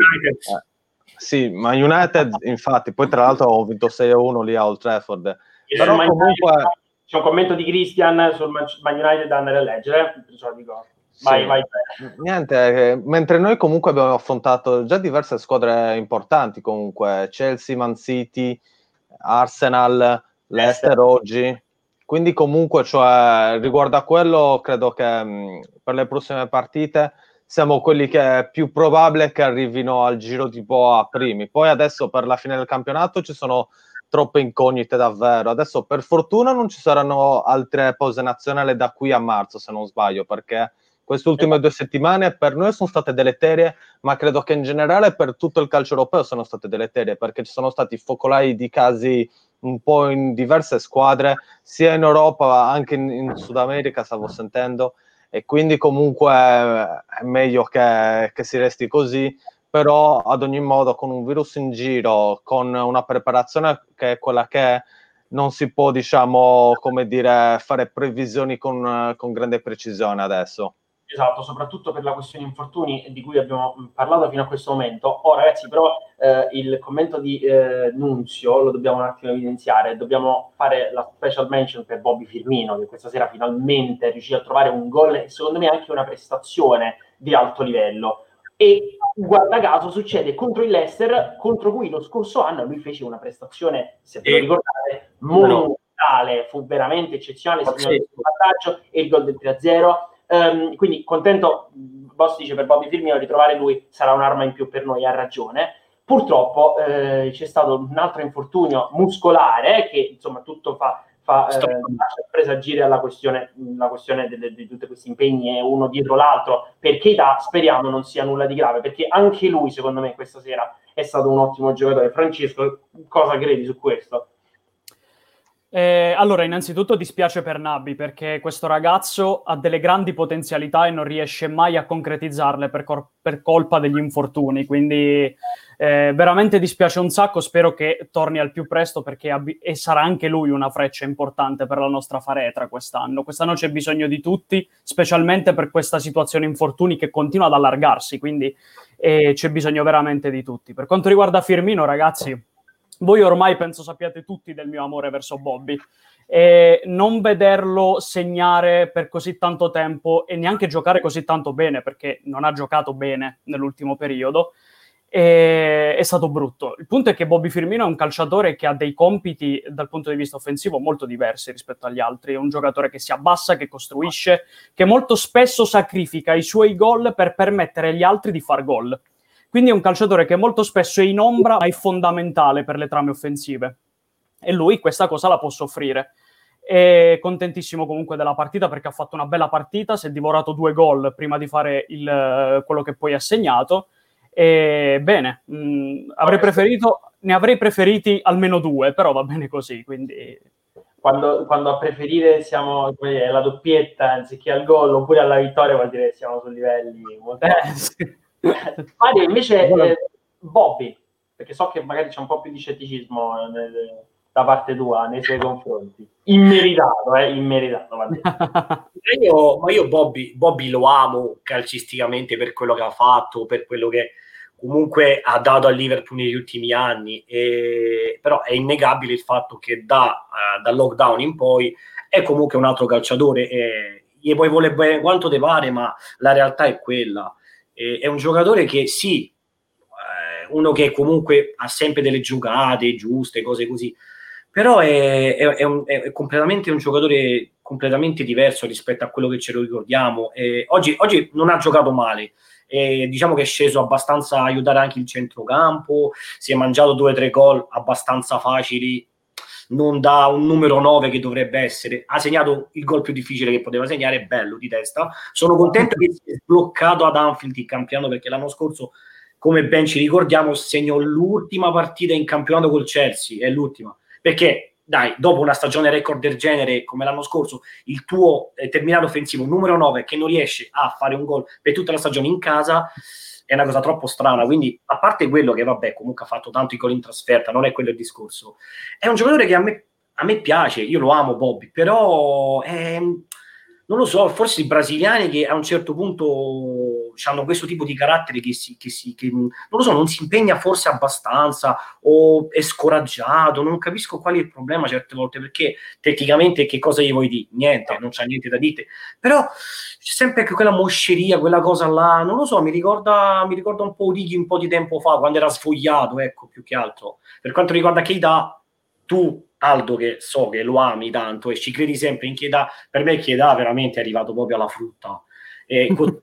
Sì, ma United, infatti, poi tra l'altro ho vinto 6-1 lì a Old Trafford. Però comunque... C'è un commento di Christian sul Man United da andare a leggere, dico. Vai. Niente, mentre noi comunque abbiamo affrontato già diverse squadre importanti, comunque Chelsea, Man City, Arsenal, Leicester oggi, quindi comunque, cioè, riguardo a quello credo che per le prossime partite siamo quelli che è più probabile che arrivino al giro tipo a primi. Poi adesso per la fine del campionato ci sono troppe incognite davvero. Adesso per fortuna non ci saranno altre pause nazionali da qui a marzo, se non sbaglio, perché queste ultime 2 settimane per noi sono state deleterie, ma credo che in generale per tutto il calcio europeo sono state deleterie, perché ci sono stati focolai di casi un po' in diverse squadre, sia in Europa, anche in Sud America stavo sentendo, e quindi comunque è meglio che si resti così, però ad ogni modo con un virus in giro, con una preparazione che è quella che è, non si può, diciamo, come dire, fare previsioni con grande precisione adesso. Esatto, soprattutto per la questione infortuni di cui abbiamo parlato fino a questo momento. Ragazzi, però il commento di Nunzio lo dobbiamo un attimo evidenziare. Dobbiamo fare la special mention per Bobby Firmino, che questa sera finalmente è riuscito a trovare un gol e secondo me anche una prestazione di alto livello. E guarda caso succede contro il Leicester, contro cui lo scorso anno lui fece una prestazione, se ve lo ricordate, monumentale, fu veramente eccezionale, il vantaggio e il gol del 3-0. Quindi contento, Boss dice, per Bobby Firmino ritrovare lui sarà un'arma in più per noi, ha ragione. Purtroppo c'è stato un altro infortunio muscolare che insomma tutto fa presagire alla questione di tutti questi impegni uno dietro l'altro, per Keita speriamo non sia nulla di grave, perché anche lui secondo me questa sera è stato un ottimo giocatore. Francesco, cosa credi su questo? Allora, innanzitutto dispiace per Naby, perché questo ragazzo ha delle grandi potenzialità e non riesce mai a concretizzarle per colpa degli infortuni, quindi veramente dispiace un sacco. Spero che torni al più presto, perché e sarà anche lui una freccia importante per la nostra faretra quest'anno. Quest'anno c'è bisogno di tutti, specialmente per questa situazione infortuni che continua ad allargarsi, quindi c'è bisogno veramente di tutti. Per quanto riguarda Firmino, ragazzi, voi ormai penso sappiate tutti del mio amore verso Bobby, e non vederlo segnare per così tanto tempo e neanche giocare così tanto bene, perché non ha giocato bene nell'ultimo periodo, è stato brutto. Il punto è che Bobby Firmino è un calciatore che ha dei compiti dal punto di vista offensivo molto diversi rispetto agli altri. È un giocatore che si abbassa, che costruisce, che molto spesso sacrifica i suoi gol per permettere agli altri di far gol. Quindi è un calciatore che molto spesso è in ombra, ma è fondamentale per le trame offensive. E lui questa cosa la può soffrire. È contentissimo comunque della partita, perché ha fatto una bella partita, si è divorato 2 gol prima di fare quello che poi ha segnato, E bene, ne avrei preferiti almeno 2, però va bene così, quindi... Quando a preferire siamo alla doppietta anziché al gol oppure alla vittoria, vuol dire che siamo su livelli molto alti. Sì. Mario, invece Bobby, perché so che magari c'è un po' più di scetticismo da parte tua nei suoi confronti. Immeritato, va detto. Ma io Bobby lo amo calcisticamente per quello che ha fatto, per quello che comunque ha dato al Liverpool negli ultimi anni, però è innegabile il fatto che dal lockdown in poi è comunque un altro calciatore, gli puoi voler bene quanto te pare, ma la realtà è quella. È un giocatore che sì, uno che comunque ha sempre delle giocate giuste, cose così, però è completamente un giocatore completamente diverso rispetto a quello che ce lo ricordiamo. Oggi non ha giocato male, diciamo che è sceso abbastanza a aiutare anche il centrocampo, si è mangiato 2 o 3 gol abbastanza facili, non da un numero 9 che dovrebbe essere, ha segnato il gol più difficile che poteva segnare, bello di testa. Sono contento che si è sbloccato ad Anfield il campionato, perché l'anno scorso, come ben ci ricordiamo, segnò l'ultima partita in campionato col Chelsea, è l'ultima, perché dai, dopo una stagione record del genere come l'anno scorso, il tuo terminato offensivo numero 9 che non riesce a fare un gol per tutta la stagione in casa è una cosa troppo strana. Quindi, a parte quello che vabbè, comunque ha fatto tanti gol in trasferta, non è quello il discorso, è un giocatore che a me piace, io lo amo Bobby, però non lo so, forse i brasiliani che a un certo punto hanno questo tipo di carattere che non lo so, non si impegna forse abbastanza o è scoraggiato, non capisco qual è il problema certe volte, perché tecnicamente che cosa gli vuoi dire? Niente, non c'è niente da dire, però c'è sempre quella mosceria, quella cosa là, non lo so, mi ricorda un po' Origi un po' di tempo fa, quando era sfogliato, ecco, più che altro. Per quanto riguarda Keita, tu Aldo, che so che lo ami tanto e ci credi sempre in Keita, per me Keita veramente è arrivato proprio alla frutta, con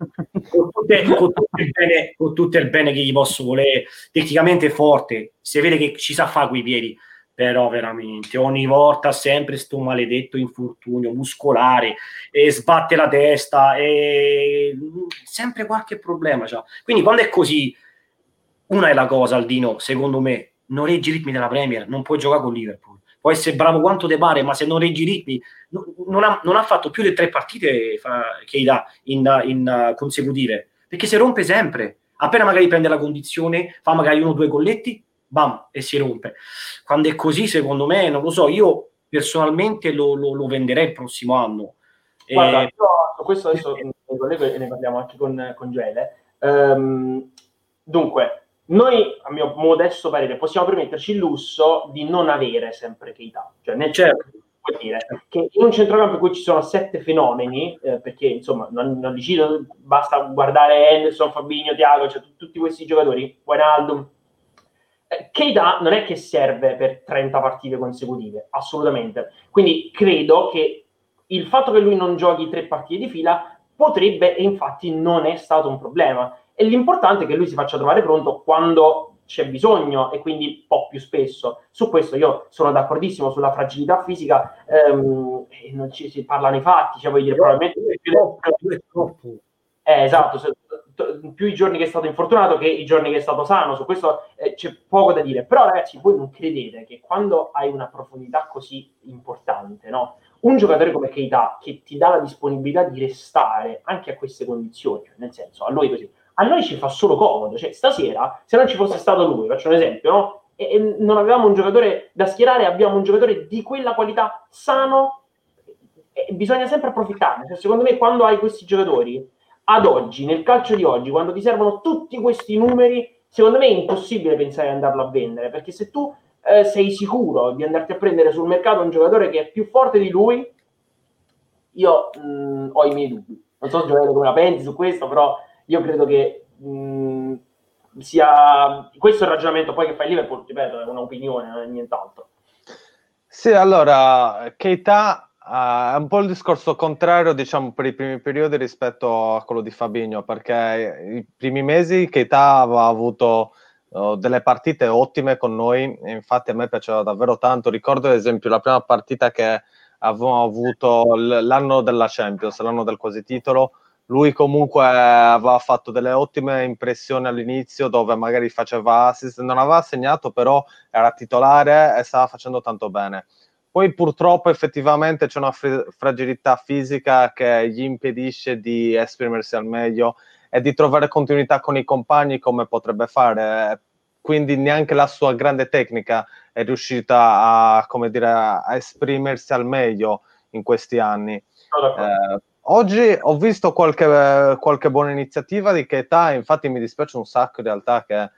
tutto il bene che gli posso volere, tecnicamente è forte, si vede che ci sa fare quei piedi, però veramente ogni volta sempre sto maledetto infortunio muscolare, e sbatte la testa e sempre qualche problema c'ha. Quindi quando è così, una è la cosa, Aldino, secondo me non reggi i ritmi della Premier, non puoi giocare con Liverpool. Può essere bravo quanto te pare, ma se non reggi i ritmi, non ha fatto più di 3 partite Keita in consecutive, perché si rompe sempre. Appena magari prende la condizione, fa magari 1 o 2 golletti, bam, e si rompe. Quando è così, secondo me, non lo so, io personalmente lo venderei il prossimo anno. Guarda, io su questo adesso ne collego e ne parliamo anche con Gioele. Dunque, noi, a mio modesto parere, possiamo permetterci il lusso di non avere sempre Keita. Cioè, nel certo, vuol dire che in un centrocampo in cui ci sono 7 fenomeni, perché insomma non decido, basta guardare Henderson, Fabinho, Thiago, cioè tutti questi giocatori, Wijnaldum. Keita non è che serve per 30 partite consecutive, assolutamente. Quindi credo che il fatto che lui non giochi 3 partite di fila potrebbe, e infatti non è stato un problema. E l'importante è che lui si faccia trovare pronto quando c'è bisogno e quindi un po' più spesso. Su questo io sono d'accordissimo sulla fragilità fisica, e non ci si parlano i fatti, cioè voglio dire, probabilmente esatto, più i giorni che è stato infortunato che i giorni che è stato sano, su questo c'è poco da dire. Però ragazzi, voi non credete che quando hai una profondità così importante, no? Un giocatore come Keita che ti dà la disponibilità di restare anche a queste condizioni, cioè nel senso, a lui così, a noi ci fa solo comodo, cioè stasera se non ci fosse stato lui, faccio un esempio, no? E non avevamo un giocatore da schierare, abbiamo un giocatore di quella qualità sano, e bisogna sempre approfittarne. Cioè, secondo me quando hai questi giocatori ad oggi, nel calcio di oggi, quando ti servono tutti questi numeri, secondo me è impossibile pensare di andarlo a vendere, perché se tu sei sicuro di andarti a prendere sul mercato un giocatore che è più forte di lui, io ho i miei dubbi. Non so Gioele come la pensi su questo, però io credo che sia questo il ragionamento poi che fa il Liverpool, ripeto, è un'opinione, non è nient'altro. Sì, allora, Keita è un po' il discorso contrario, diciamo, per i primi periodi rispetto a quello di Fabinho, perché i primi mesi Keita aveva avuto delle partite ottime con noi, e infatti a me piaceva davvero tanto. Ricordo ad esempio la prima partita che avevamo avuto l'anno della Champions, l'anno del quasi titolo, Lui comunque aveva fatto delle ottime impressioni all'inizio, dove magari faceva assist, non aveva segnato, però era titolare e stava facendo tanto bene. Poi purtroppo effettivamente c'è una fragilità fisica che gli impedisce di esprimersi al meglio e di trovare continuità con i compagni come potrebbe fare. Quindi neanche la sua grande tecnica è riuscita a, come dire, a esprimersi al meglio in questi anni. Oggi ho visto qualche buona iniziativa di Keita, infatti mi dispiace un sacco in realtà che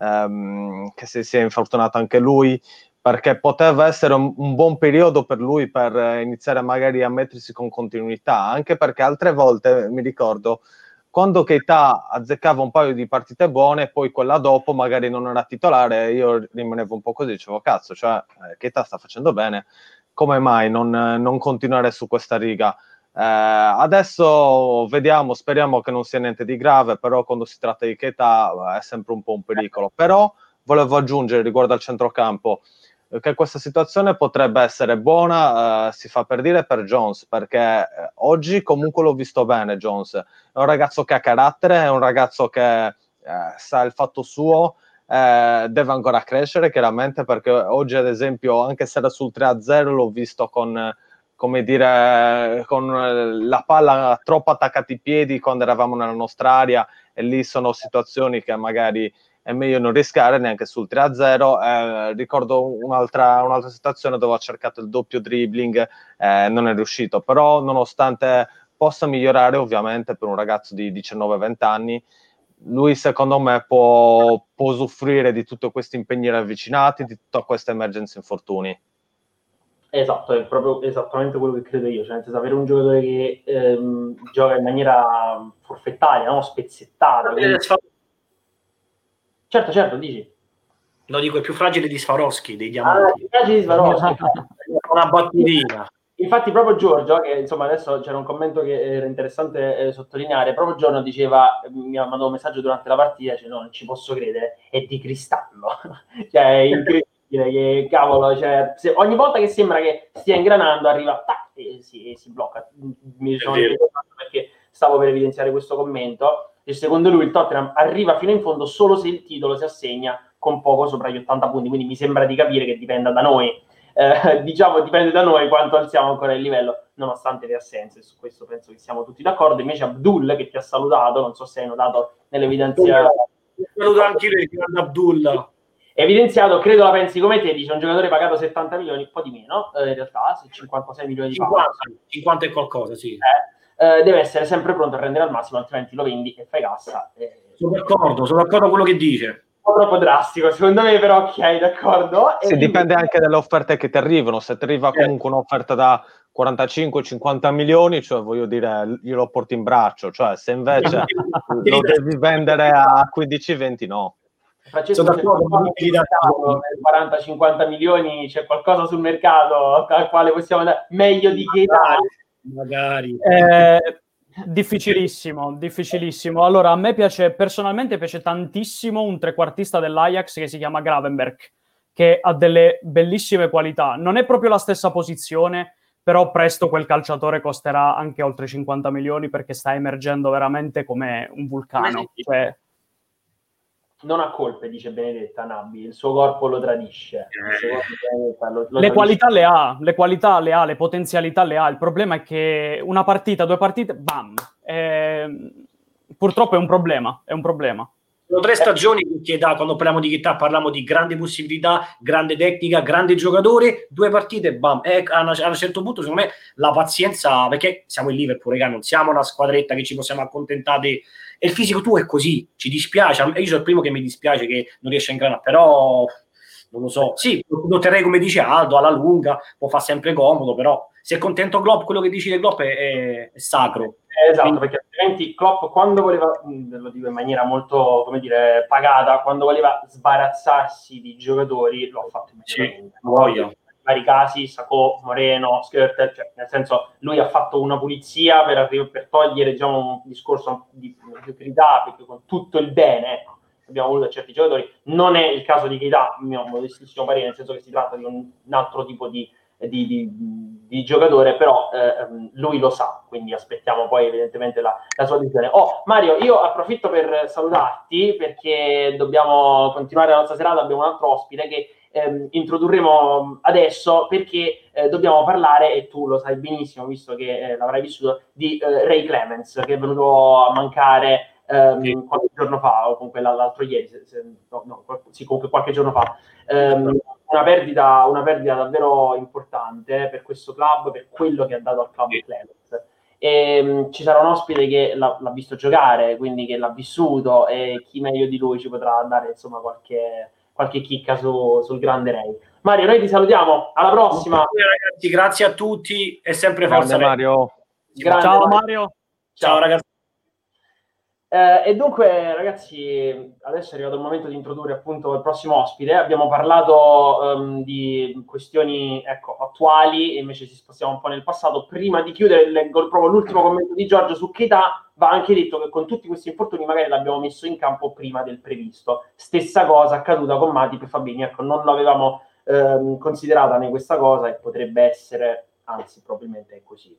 si sia infortunato anche lui, perché poteva essere un buon periodo per lui per iniziare magari a mettersi con continuità, anche perché altre volte, mi ricordo, quando Keita azzeccava un paio di partite buone, poi quella dopo magari non era titolare, io rimanevo un po' così, dicevo cazzo, cioè Keita sta facendo bene, come mai non continuare su questa riga? Adesso vediamo, speriamo che non sia niente di grave, però quando si tratta di Keita è sempre un po' un pericolo. Però volevo aggiungere riguardo al centrocampo che questa situazione potrebbe essere buona, si fa per dire, per Jones, perché oggi comunque l'ho visto bene Jones, è un ragazzo che ha carattere, è un ragazzo che sa il fatto suo, deve ancora crescere chiaramente, perché oggi ad esempio anche se era sul 3-0 l'ho visto con, come dire, con la palla troppo attaccata ai piedi quando eravamo nella nostra area, e lì sono situazioni che magari è meglio non rischiare neanche sul 3-0. Ricordo un'altra situazione dove ha cercato il doppio dribbling, non è riuscito, però nonostante possa migliorare ovviamente per un ragazzo di 19-20 anni, lui secondo me può usufruire di tutti questi impegni ravvicinati, di tutta questa emergenza infortuni. Esatto, è proprio esattamente quello che credo io, cioè nel senso avere un giocatore che gioca in maniera forfettaria, no? Spezzettata. Quindi... Certo, dici. Lo dico, è più fragile di Swarovski, dei diamanti. Più fragile di Swarovski. Una battutina. Infatti proprio Giorgio, che insomma adesso c'era un commento che era interessante sottolineare, proprio Giorgio diceva, mi ha mandato un messaggio durante la partita, dice no, non ci posso credere, è di cristallo. Cioè è incredibile che cavolo, cioè, ogni volta che sembra che stia ingranando arriva tac, e si blocca. Mi sono ricordato perché stavo per evidenziare questo commento, e secondo lui il Tottenham arriva fino in fondo solo se il titolo si assegna con poco sopra gli 80 punti, quindi mi sembra di capire che dipenda da noi. Diciamo dipende da noi quanto alziamo ancora il livello nonostante le assenze, su questo penso che siamo tutti d'accordo. Invece Abdul, che ti ha salutato, non so se hai notato nell'evidenziato, saluto anche io, Abdul, evidenziato, credo la pensi come te, dice un giocatore pagato 70 milioni, un po' di meno in realtà, 56 milioni di pound, 50 e qualcosa, sì. Deve essere sempre pronto a rendere al massimo, altrimenti lo vendi e fai cassa. Sono d'accordo con quello che dice. Un po' troppo drastico, secondo me, però ok, d'accordo. Sì, dipende anche dalle offerte che ti arrivano. Se ti arriva comunque un'offerta da 45-50 milioni, cioè voglio dire, io lo porto in braccio, cioè se invece lo devi vendere a 15-20, no. Francesco, se 40-50 milioni c'è qualcosa sul mercato al quale possiamo andare meglio di Keita? Magari. Difficilissimo. Allora, a me personalmente piace tantissimo un trequartista dell'Ajax che si chiama Gravenberch, che ha delle bellissime qualità. Non è proprio la stessa posizione, però presto quel calciatore costerà anche oltre 50 milioni perché sta emergendo veramente come un vulcano. Cioè... Non ha colpe, dice Benedetta Nabbi, il suo corpo lo tradisce. Le qualità le ha, le potenzialità le ha. Il problema è che una partita, 2 partite, bam! Purtroppo è un problema. Sono 3 stagioni che quando parliamo di Keita parliamo di grande possibilità, grande tecnica, grande giocatore, 2 partite, bam! A un certo punto, secondo me, la pazienza, perché siamo in Liverpool, raga, non siamo una squadretta che ci possiamo accontentare. E il fisico tuo è così, ci dispiace. Io sono il primo che mi dispiace che non riesce a ingranare, però non lo so. Sì, lo terrei come dice Aldo, alla lunga, può fare sempre comodo, però se è contento Klopp, quello che dici di Klopp è sacro. Esatto, quindi... perché altrimenti Klopp, quando voleva, lo dico in maniera molto, come dire, pagata, quando voleva sbarazzarsi di giocatori, lo ha fatto immediatamente. Sì, vari casi, Sacco, Moreno, Skirter, cioè, nel senso lui ha fatto una pulizia per togliere, diciamo, un discorso di mediocrità, perché con tutto il bene abbiamo voluto a certi giocatori. Non è il caso di Keita, a mio modestissimo parere, nel senso che si tratta di un altro tipo di di giocatore, però lui lo sa, quindi aspettiamo poi evidentemente la sua decisione. Mario, io approfitto per salutarti perché dobbiamo continuare la nostra serata, abbiamo un altro ospite che introdurremo adesso perché dobbiamo parlare, e tu lo sai benissimo visto che l'avrai vissuto, di Ray Clemens, che è venuto a mancare qualche giorno fa, o comunque l'altro ieri, comunque qualche giorno fa. Una perdita davvero importante per questo club, per quello che ha dato al club Clemens. E ci sarà un ospite che l'ha visto giocare, quindi che l'ha vissuto, e chi meglio di lui ci potrà dare insomma qualche chicca sul grande Ray. Mario, noi ti salutiamo, alla prossima. Ragazzi, grazie a tutti e sempre forza Mario. Ciao Mario. Ciao ragazzi. E dunque, ragazzi, adesso è arrivato il momento di introdurre appunto il prossimo ospite. Abbiamo parlato di questioni attuali, e invece ci spostiamo un po' nel passato. Prima di chiudere, leggo proprio l'ultimo commento di Giorgio su Keita. Va anche detto che con tutti questi infortuni magari l'abbiamo messo in campo prima del previsto. Stessa cosa accaduta con Matip e Fabini. Non l'avevamo considerata né questa cosa, e potrebbe essere, anzi probabilmente è così.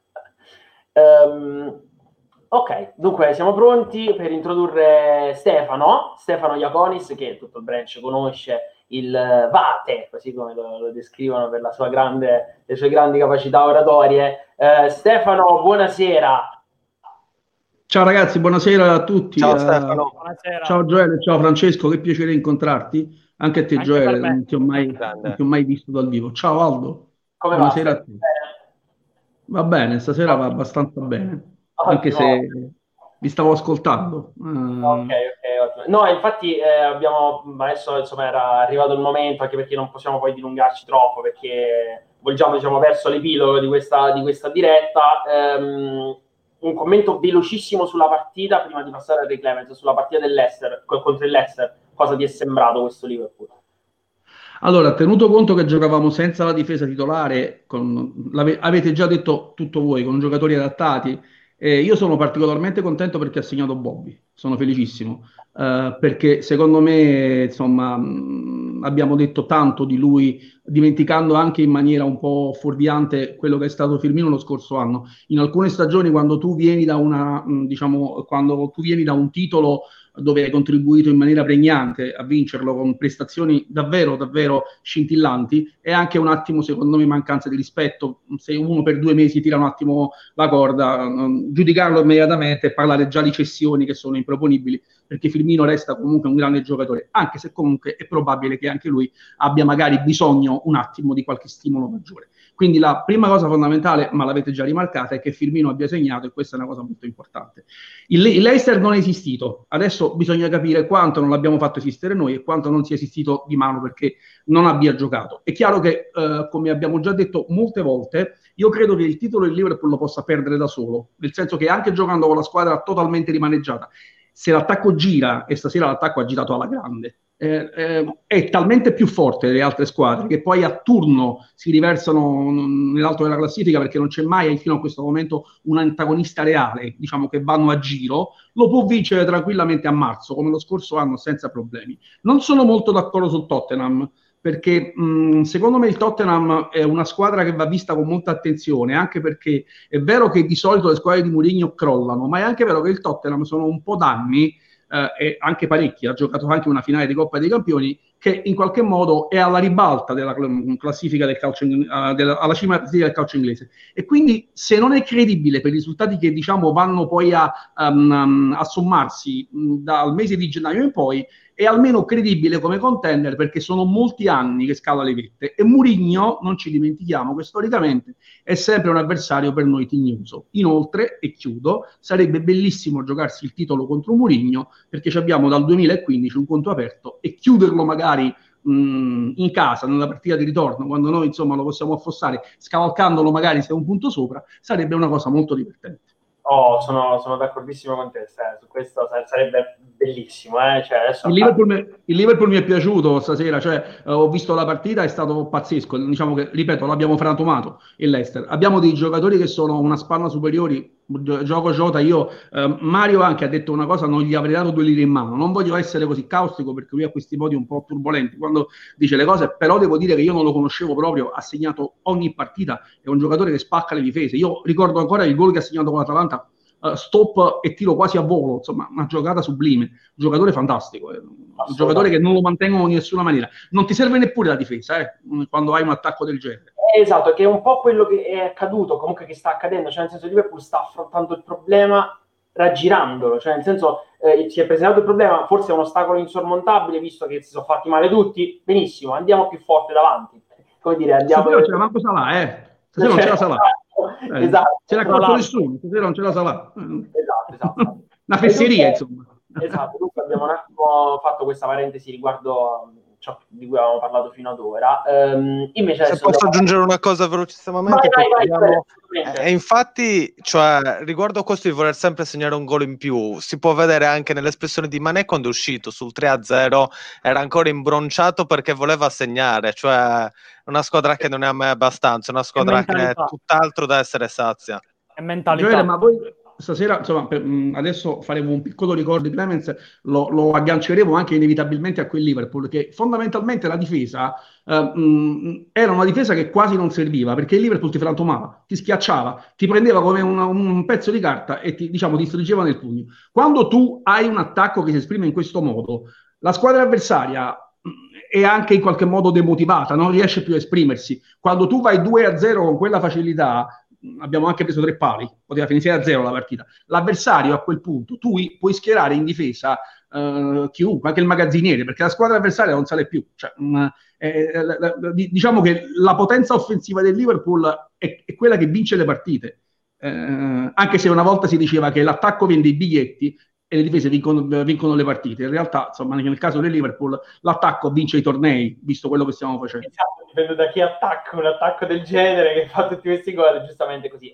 Ok, dunque siamo pronti per introdurre Stefano Iaconis, che tutto il branch conosce, il Vate, così come lo descrivono per le sue grandi capacità oratorie. Stefano, buonasera. Ciao ragazzi, buonasera a tutti. Ciao Stefano. Buonasera. Ciao Gioele, ciao Francesco, che piacere incontrarti. Anche a te Gioele, non ti ho mai visto dal vivo. Ciao Aldo. Come buonasera va? A te. Va bene, stasera va abbastanza bene. Anche se vi stavo ascoltando. Ok. No, infatti adesso insomma era arrivato il momento, anche perché non possiamo poi dilungarci troppo, perché volgiamo verso l'epilogo di questa diretta. Un commento velocissimo sulla partita prima di passare a Ray Clemens, sulla partita dell'Leicester contro il Leicester. Cosa ti è sembrato questo Liverpool? Allora, tenuto conto che giocavamo senza la difesa titolare, avete già detto tutto voi, con giocatori adattati, io sono particolarmente contento perché ha segnato Bobby, sono felicissimo, perché secondo me insomma abbiamo detto tanto di lui, dimenticando anche in maniera un po' fuorviante quello che è stato Firmino lo scorso anno. In alcune stagioni, quando tu vieni da un titolo dove hai contribuito in maniera pregnante a vincerlo con prestazioni davvero, davvero scintillanti, è anche un attimo, secondo me, mancanza di rispetto. Se uno per 2 mesi tira un attimo la corda, giudicarlo immediatamente e parlare già di cessioni che sono improponibili, perché Firmino resta comunque un grande giocatore, anche se comunque è probabile che anche lui abbia magari bisogno un attimo di qualche stimolo maggiore. Quindi la prima cosa fondamentale, ma l'avete già rimarcata, è che Firmino abbia segnato, e questa è una cosa molto importante. Il Leicester non è esistito, adesso bisogna capire quanto non l'abbiamo fatto esistere noi e quanto non sia esistito di mano perché non abbia giocato. È chiaro che, come abbiamo già detto molte volte, io credo che il titolo il Liverpool lo possa perdere da solo, nel senso che anche giocando con la squadra totalmente rimaneggiata, se l'attacco gira, e stasera l'attacco ha girato alla grande, è talmente più forte delle altre squadre che poi a turno si riversano nell'alto della classifica, perché non c'è mai fino a questo momento un antagonista reale, diciamo, che vanno a giro, lo può vincere tranquillamente a marzo come lo scorso anno senza problemi. Non sono molto d'accordo sul Tottenham, perché secondo me il Tottenham è una squadra che va vista con molta attenzione, anche perché è vero che di solito le squadre di Mourinho crollano, ma è anche vero che il Tottenham sono un po' d'anni, e anche parecchi, ha giocato anche una finale di Coppa dei Campioni, che in qualche modo è alla ribalta della classifica del calcio, alla cima del calcio inglese, e quindi se non è credibile per i risultati che diciamo vanno poi a sommarsi dal mese di gennaio in poi, è almeno credibile come contender, perché sono molti anni che scala le vette, e Mourinho, non ci dimentichiamo che storicamente è sempre un avversario per noi tignoso. Inoltre, e chiudo, sarebbe bellissimo giocarsi il titolo contro Mourinho, perché abbiamo dal 2015 un conto aperto, e chiuderlo magari in casa nella partita di ritorno, quando noi insomma lo possiamo affossare scavalcandolo magari se è un punto sopra, sarebbe una cosa molto divertente. Sono d'accordissimo con te, su questo sarebbe bellissimo. Cioè, adesso il Liverpool mi è piaciuto stasera, cioè, ho visto la partita, è stato pazzesco, diciamo che, ripeto, l'abbiamo frantumato il Leicester. Abbiamo dei giocatori che sono una spanna superiori gioco Jota, Mario anche ha detto una cosa, non gli avrei dato 2 lire in mano, non voglio essere così caustico perché lui ha questi modi un po' turbolenti quando dice le cose, però devo dire che io non lo conoscevo proprio, ha segnato ogni partita, è un giocatore che spacca le difese, io ricordo ancora il gol che ha segnato con l'Atalanta, stop e tiro quasi a volo, insomma una giocata sublime, un giocatore fantastico, un giocatore che non lo mantengono in nessuna maniera, non ti serve neppure la difesa quando hai un attacco del genere. Esatto, che è un po' quello che è accaduto, comunque che sta accadendo, cioè nel senso Liverpool sta affrontando il problema raggirandolo, cioè nel senso si è presentato il problema, forse è un ostacolo insormontabile visto che si sono fatti male tutti, benissimo, andiamo più forte davanti, come dire, andiamo... Stasera non c'era manco Salah, stasera non c'era Salah. Esatto. Se l'ha accorto nessuno, stasera non c'era Salah. Esatto. Una fesseria, insomma. Esatto, dunque abbiamo un attimo fatto questa parentesi riguardo ciò di cui avevamo parlato fino ad ora. Invece se posso aggiungere una cosa velocissimamente, vai. Infatti, cioè, riguardo a questo di voler sempre segnare un gol in più, si può vedere anche nell'espressione di Mané quando è uscito sul 3-0, era ancora imbronciato perché voleva segnare, cioè una squadra che non è a me abbastanza, una squadra che è tutt'altro da essere sazia. È mentalità. Gioele, ma voi stasera, insomma, adesso faremo un piccolo ricordo di Clemens, lo agganceremo anche inevitabilmente a quel Liverpool, che fondamentalmente la difesa era una difesa che quasi non serviva, perché il Liverpool ti frantumava, ti schiacciava, ti prendeva come un pezzo di carta e ti stringeva nel pugno. Quando tu hai un attacco che si esprime in questo modo, la squadra avversaria è anche in qualche modo demotivata, non riesce più a esprimersi. Quando tu vai 2-0 con quella facilità, abbiamo anche preso 3 pali, poteva finire 0 la partita. L'avversario a quel punto, tu puoi schierare in difesa chiunque, anche il magazziniere, perché la squadra avversaria non sale più. Cioè, diciamo che la potenza offensiva del Liverpool è quella che vince le partite. Anche se una volta si diceva che l'attacco vende i biglietti e le difese vincono le partite. In realtà, insomma, nel caso del Liverpool, l'attacco vince i tornei, visto quello che stiamo facendo. Esatto, dipende da chi attacca, un attacco del genere che fa tutti questi gol, giustamente così.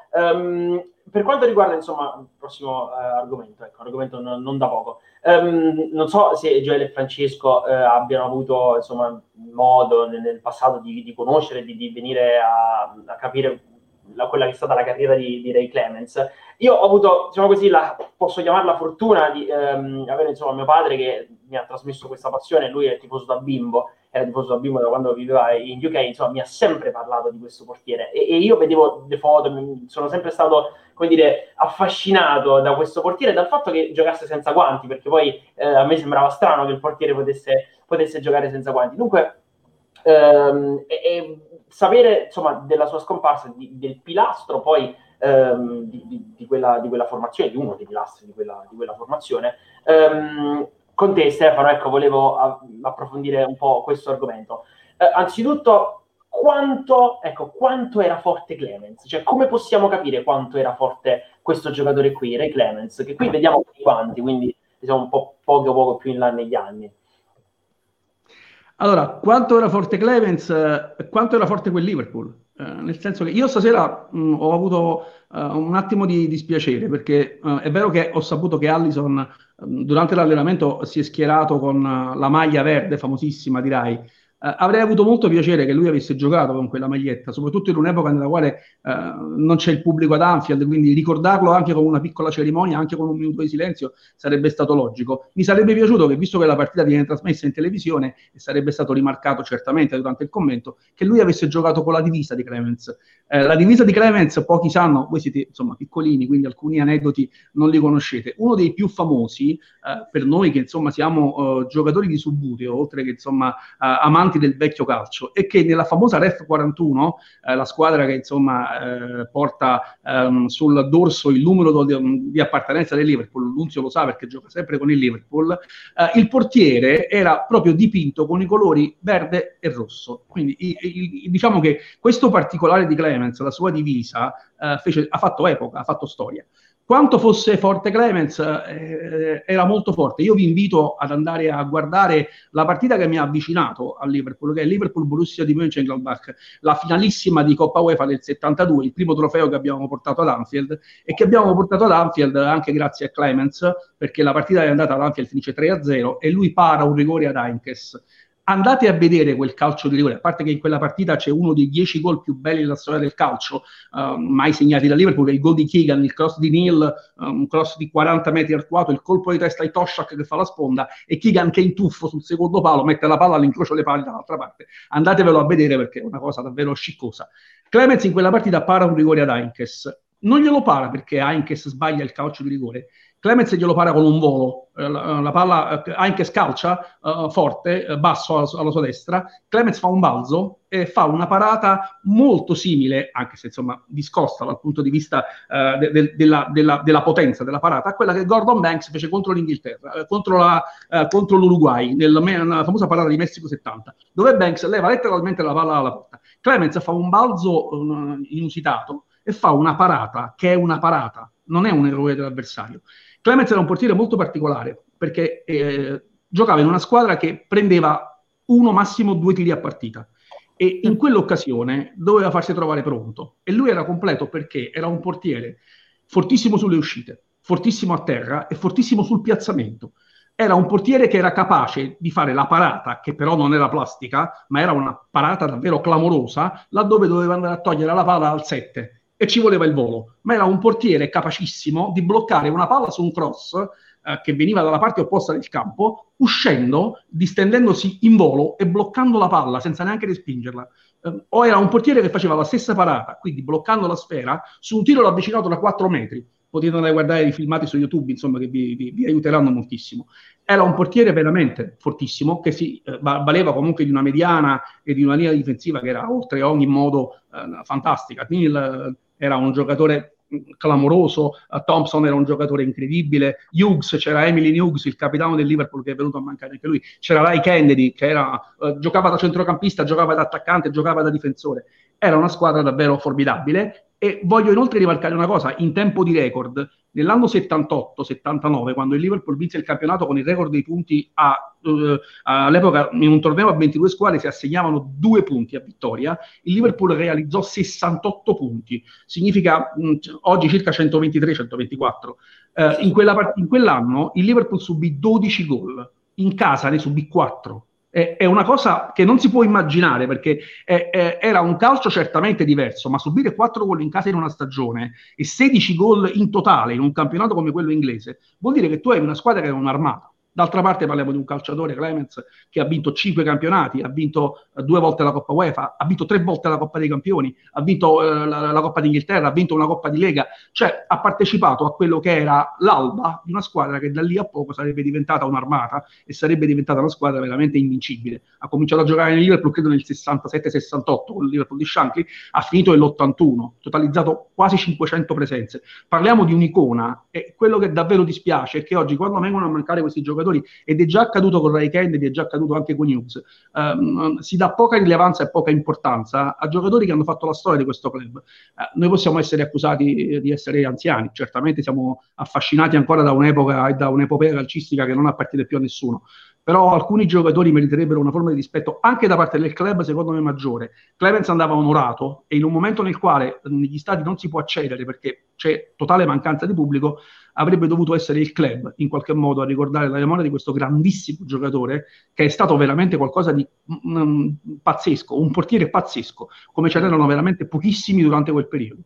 Per quanto riguarda, insomma, il prossimo argomento, ecco, un argomento non da poco. Non so se Gioele e Francesco abbiano avuto, insomma, modo nel passato di conoscere, di venire a capire quella che è stata la carriera di Ray Clemens. Io ho avuto, diciamo così, posso chiamarla fortuna di avere, insomma, mio padre che mi ha trasmesso questa passione. Lui è tifoso da bimbo, era tifoso da bimbo da quando viveva in UK, insomma, mi ha sempre parlato di questo portiere e io vedevo le foto, sono sempre stato, come dire, affascinato da questo portiere, dal fatto che giocasse senza guanti, perché poi a me sembrava strano che il portiere potesse giocare senza guanti. Dunque, sapere, insomma, della sua scomparsa, del pilastro poi di quella formazione, di uno dei pilastri di quella formazione, con te Stefano, ecco, volevo approfondire un po' questo argomento. Anzitutto, quanto era forte Clemens? Cioè, come possiamo capire quanto era forte questo giocatore qui, Ray Clemens, che qui vediamo quanti, quindi siamo un po' poco più in là negli anni. Allora, quanto era forte Clemens, quanto era forte quel Liverpool? Nel senso che io stasera ho avuto un attimo di dispiacere, perché è vero che ho saputo che Alisson durante l'allenamento si è schierato con la maglia verde, famosissima di Rai. Avrei avuto molto piacere che lui avesse giocato con quella maglietta, soprattutto in un'epoca nella quale non c'è il pubblico ad Anfield, quindi ricordarlo anche con una piccola cerimonia, anche con un minuto di silenzio, sarebbe stato logico. Mi sarebbe piaciuto che, visto che la partita viene trasmessa in televisione, e sarebbe stato rimarcato certamente durante il commento, che lui avesse giocato con la divisa di Clemens. La divisa di Clemens, pochi sanno, voi siete, insomma, piccolini, quindi alcuni aneddoti non li conoscete. Uno dei più famosi, per noi che, insomma, siamo giocatori di Subbuteo, oltre che, insomma, amanti del vecchio calcio, e che nella famosa Ref 41, la squadra che, insomma, porta sul dorso il numero di appartenenza del Liverpool, Nunzio lo sa perché gioca sempre con il Liverpool, il portiere era proprio dipinto con i colori verde e rosso, quindi diciamo che questo particolare di Clemens, la sua divisa, ha fatto epoca, ha fatto storia. Quanto fosse forte Clemens, era molto forte. Io vi invito ad andare a guardare la partita che mi ha avvicinato al Liverpool, che è il Liverpool-Borussia di Mönchengladbach, la finalissima di Coppa UEFA del 72, il primo trofeo che abbiamo portato ad Anfield, e che abbiamo portato ad Anfield anche grazie a Clemens, perché la partita è andata ad Anfield, finisce 3-0 e lui para un rigore ad Heinkes. andate a vedere quel calcio di rigore, a parte che in quella partita c'è uno dei 10 gol più belli della storia del calcio, mai segnati da Liverpool, il gol di Keegan, il cross di Neal, un cross di 40 metri arcuato, il colpo di testa di Toshak che fa la sponda, e Keegan che in tuffo sul secondo palo mette la palla all'incrocio delle palle dall'altra parte. Andatevelo a vedere perché è una cosa davvero sciccosa. Clemens in quella partita para un rigore ad Heinkes. Non glielo para perché Heinkes sbaglia il calcio di rigore. Clemens glielo para con un volo, la palla Heinkes calcia forte, basso alla sua destra, Clemens fa un balzo e fa una parata molto simile, anche se insomma discosta dal punto di vista della potenza della parata, a quella che Gordon Banks fece contro l'Inghilterra, contro l'Uruguay, nella famosa parata di Messico 70, dove Banks leva letteralmente la palla alla porta. Clemens fa un balzo inusitato e fa una parata che è una parata, non è un errore dell'avversario. Clemens era un portiere molto particolare perché giocava in una squadra che prendeva 1 massimo 2 tiri a partita e in quell'occasione doveva farsi trovare pronto, e lui era completo perché era un portiere fortissimo sulle uscite, fortissimo a terra e fortissimo sul piazzamento. Era un portiere che era capace di fare la parata, che però non era plastica, ma era una parata davvero clamorosa, laddove doveva andare a togliere la palla al 7 e ci voleva il volo, ma era un portiere capacissimo di bloccare una palla su un cross che veniva dalla parte opposta del campo, uscendo, distendendosi in volo e bloccando la palla senza neanche respingerla. O era un portiere che faceva la stessa parata, quindi bloccando la sfera, su un tiro ravvicinato da 4 metri. Potete andare a guardare i filmati su YouTube, insomma, che vi aiuteranno moltissimo. Era un portiere veramente fortissimo, che si valeva comunque di una mediana e di una linea difensiva che era oltre ogni modo fantastica. Neal era un giocatore clamoroso, Thompson era un giocatore incredibile, Hughes, c'era Emily Hughes, il capitano del Liverpool, che è venuto a mancare anche lui, c'era Ray Kennedy che era, giocava da centrocampista, giocava da attaccante, giocava da difensore. Era una squadra davvero formidabile. E voglio inoltre rimarcare una cosa, in tempo di record, nell'anno 78-79, quando il Liverpool vinse il campionato con il record dei punti all'epoca in un torneo a 22 squadre si assegnavano 2 punti a vittoria, il Liverpool realizzò 68 punti, significa oggi circa 123-124. In quell'anno il Liverpool subì 12 gol, in casa ne subì 4. È una cosa che non si può immaginare, perché era un calcio certamente diverso, ma subire 4 gol in casa in una stagione e 16 gol in totale in un campionato come quello inglese vuol dire che tu hai una squadra che è un'armata. D'altra parte parliamo di un calciatore, Clemens, che ha vinto 5 campionati, ha vinto 2 volte la Coppa UEFA, ha vinto 3 volte la Coppa dei Campioni, ha vinto la Coppa d'Inghilterra, ha vinto una Coppa di Lega, cioè ha partecipato a quello che era l'alba di una squadra che da lì a poco sarebbe diventata un'armata e sarebbe diventata una squadra veramente invincibile. Ha cominciato a giocare nel Liverpool credo nel 67-68 con il Liverpool di Shankly, ha finito nell'81, totalizzato quasi 500 presenze. Parliamo di un'icona, e quello che davvero dispiace è che oggi, quando vengono a mancare questi giocatori, ed è già accaduto con Ray Kennedy, è già accaduto anche con Hughes, si dà poca rilevanza e poca importanza a giocatori che hanno fatto la storia di questo club. Noi possiamo essere accusati di essere anziani, certamente siamo affascinati ancora da un'epoca e da un'epopea calcistica che non appartiene più a nessuno, però alcuni giocatori meriterebbero una forma di rispetto anche da parte del club, secondo me maggiore. Clemens andava onorato, e in un momento nel quale negli stadi non si può accedere perché c'è totale mancanza di pubblico, avrebbe dovuto essere il club in qualche modo a ricordare la memoria di questo grandissimo giocatore, che è stato veramente qualcosa di pazzesco, un portiere pazzesco, come ce n'erano veramente pochissimi durante quel periodo.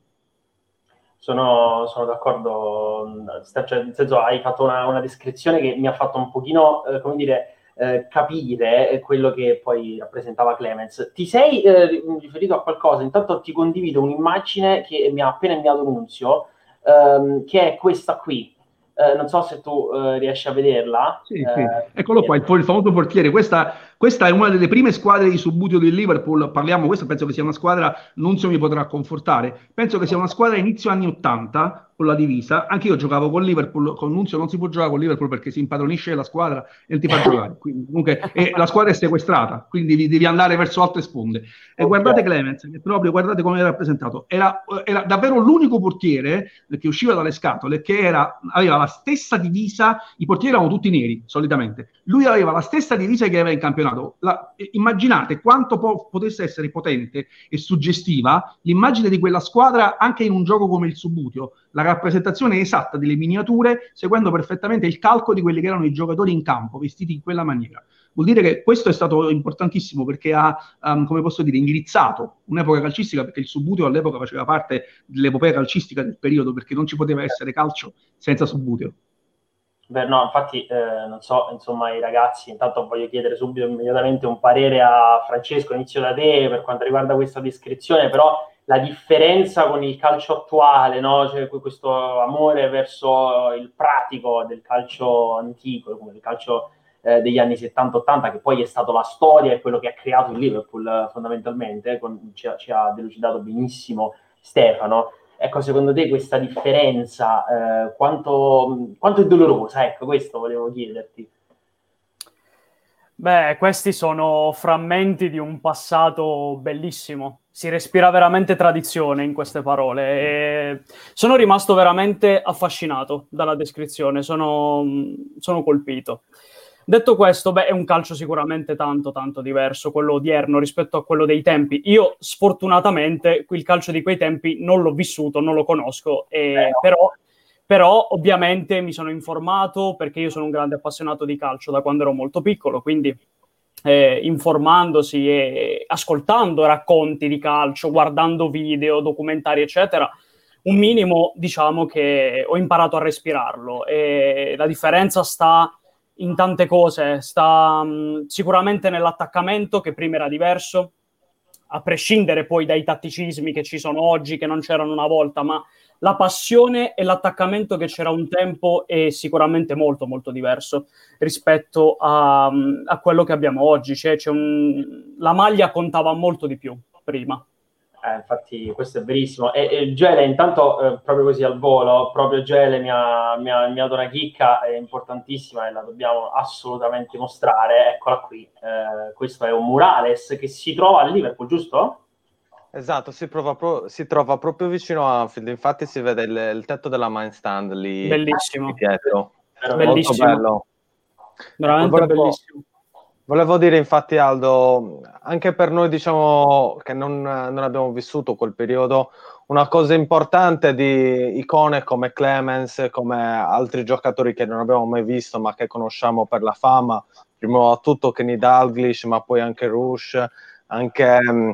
Sono d'accordo, cioè, nel senso, hai fatto una descrizione che mi ha fatto un pochino, come dire, capire quello che poi rappresentava Clemens. Ti sei riferito a qualcosa? Intanto ti condivido un'immagine che mi ha appena inviato Nunzio, che è questa qui. Non so se tu riesci a vederla. Sì. Eccolo qua, il famoso portiere. Questa è una delle prime squadre di Subbuteo del Liverpool. Questa penso che sia una squadra, Nunzio mi potrà confortare, penso che sia una squadra inizio anni 80 con la divisa. Anche io giocavo con Liverpool, con Nunzio non si può giocare con Liverpool perché si impadronisce la squadra e non ti fa giocare. Quindi, comunque, la squadra è sequestrata, quindi devi andare verso altre sponde. E guardate Clemens, che proprio guardate come era rappresentato. Era davvero l'unico portiere che usciva dalle scatole, che aveva la stessa divisa. I portieri erano tutti neri, solitamente. Lui aveva la stessa divisa che aveva in campionato. Immaginate quanto potesse essere potente e suggestiva l'immagine di quella squadra anche in un gioco come il Subbuteo, la rappresentazione esatta delle miniature seguendo perfettamente il calco di quelli che erano i giocatori in campo vestiti in quella maniera. vuol dire che questo è stato importantissimo perché ha, come posso dire, indirizzato un'epoca calcistica, perché il Subbuteo all'epoca faceva parte dell'epopea calcistica del periodo, perché non ci poteva essere calcio senza Subbuteo. Beh, no, infatti, non so, insomma, i ragazzi, intanto voglio chiedere subito immediatamente un parere a Francesco, inizio da te per quanto riguarda questa descrizione, però la differenza con il calcio attuale, no? Cioè, questo amore verso il pratico del calcio antico, come il calcio degli anni 70-80, che poi è stato la storia e quello che ha creato il Liverpool fondamentalmente, ci ha delucidato benissimo Stefano. Ecco, secondo te questa differenza quanto è dolorosa? Ecco, questo volevo chiederti. Beh, questi sono frammenti di un passato bellissimo. Si respira veramente tradizione in queste parole. E sono rimasto veramente affascinato dalla descrizione, sono colpito. Detto questo, beh, è un calcio sicuramente tanto diverso, quello odierno rispetto a quello dei tempi. Io, sfortunatamente, il calcio di quei tempi non l'ho vissuto, non lo conosco, però ovviamente mi sono informato perché io sono un grande appassionato di calcio da quando ero molto piccolo, quindi informandosi e ascoltando racconti di calcio, guardando video, documentari, eccetera, un minimo, diciamo che ho imparato a respirarlo. E la differenza sta in tante cose, sta sicuramente nell'attaccamento, che prima era diverso, a prescindere poi dai tatticismi che ci sono oggi, che non c'erano una volta, ma la passione e l'attaccamento che c'era un tempo è sicuramente molto diverso rispetto a quello che abbiamo oggi. La maglia contava molto di più prima. Infatti questo è verissimo. E Gele, intanto proprio così al volo, proprio Gele mi ha dato una chicca importantissima e la dobbiamo assolutamente mostrare. Eccola qui. Questo è un murales che si trova a Liverpool, giusto? Esatto, si trova proprio vicino a Anfield, infatti si vede il tetto della Main Stand lì. Bellissimo. Dietro. Bellissimo. Molto bello. Veramente bellissimo. Volevo dire, infatti, Aldo, anche per noi, diciamo, che non abbiamo vissuto quel periodo, una cosa importante di icone come Clemens, come altri giocatori che non abbiamo mai visto, ma che conosciamo per la fama, prima di tutto Kenny Dalglish, ma poi anche Rush, anche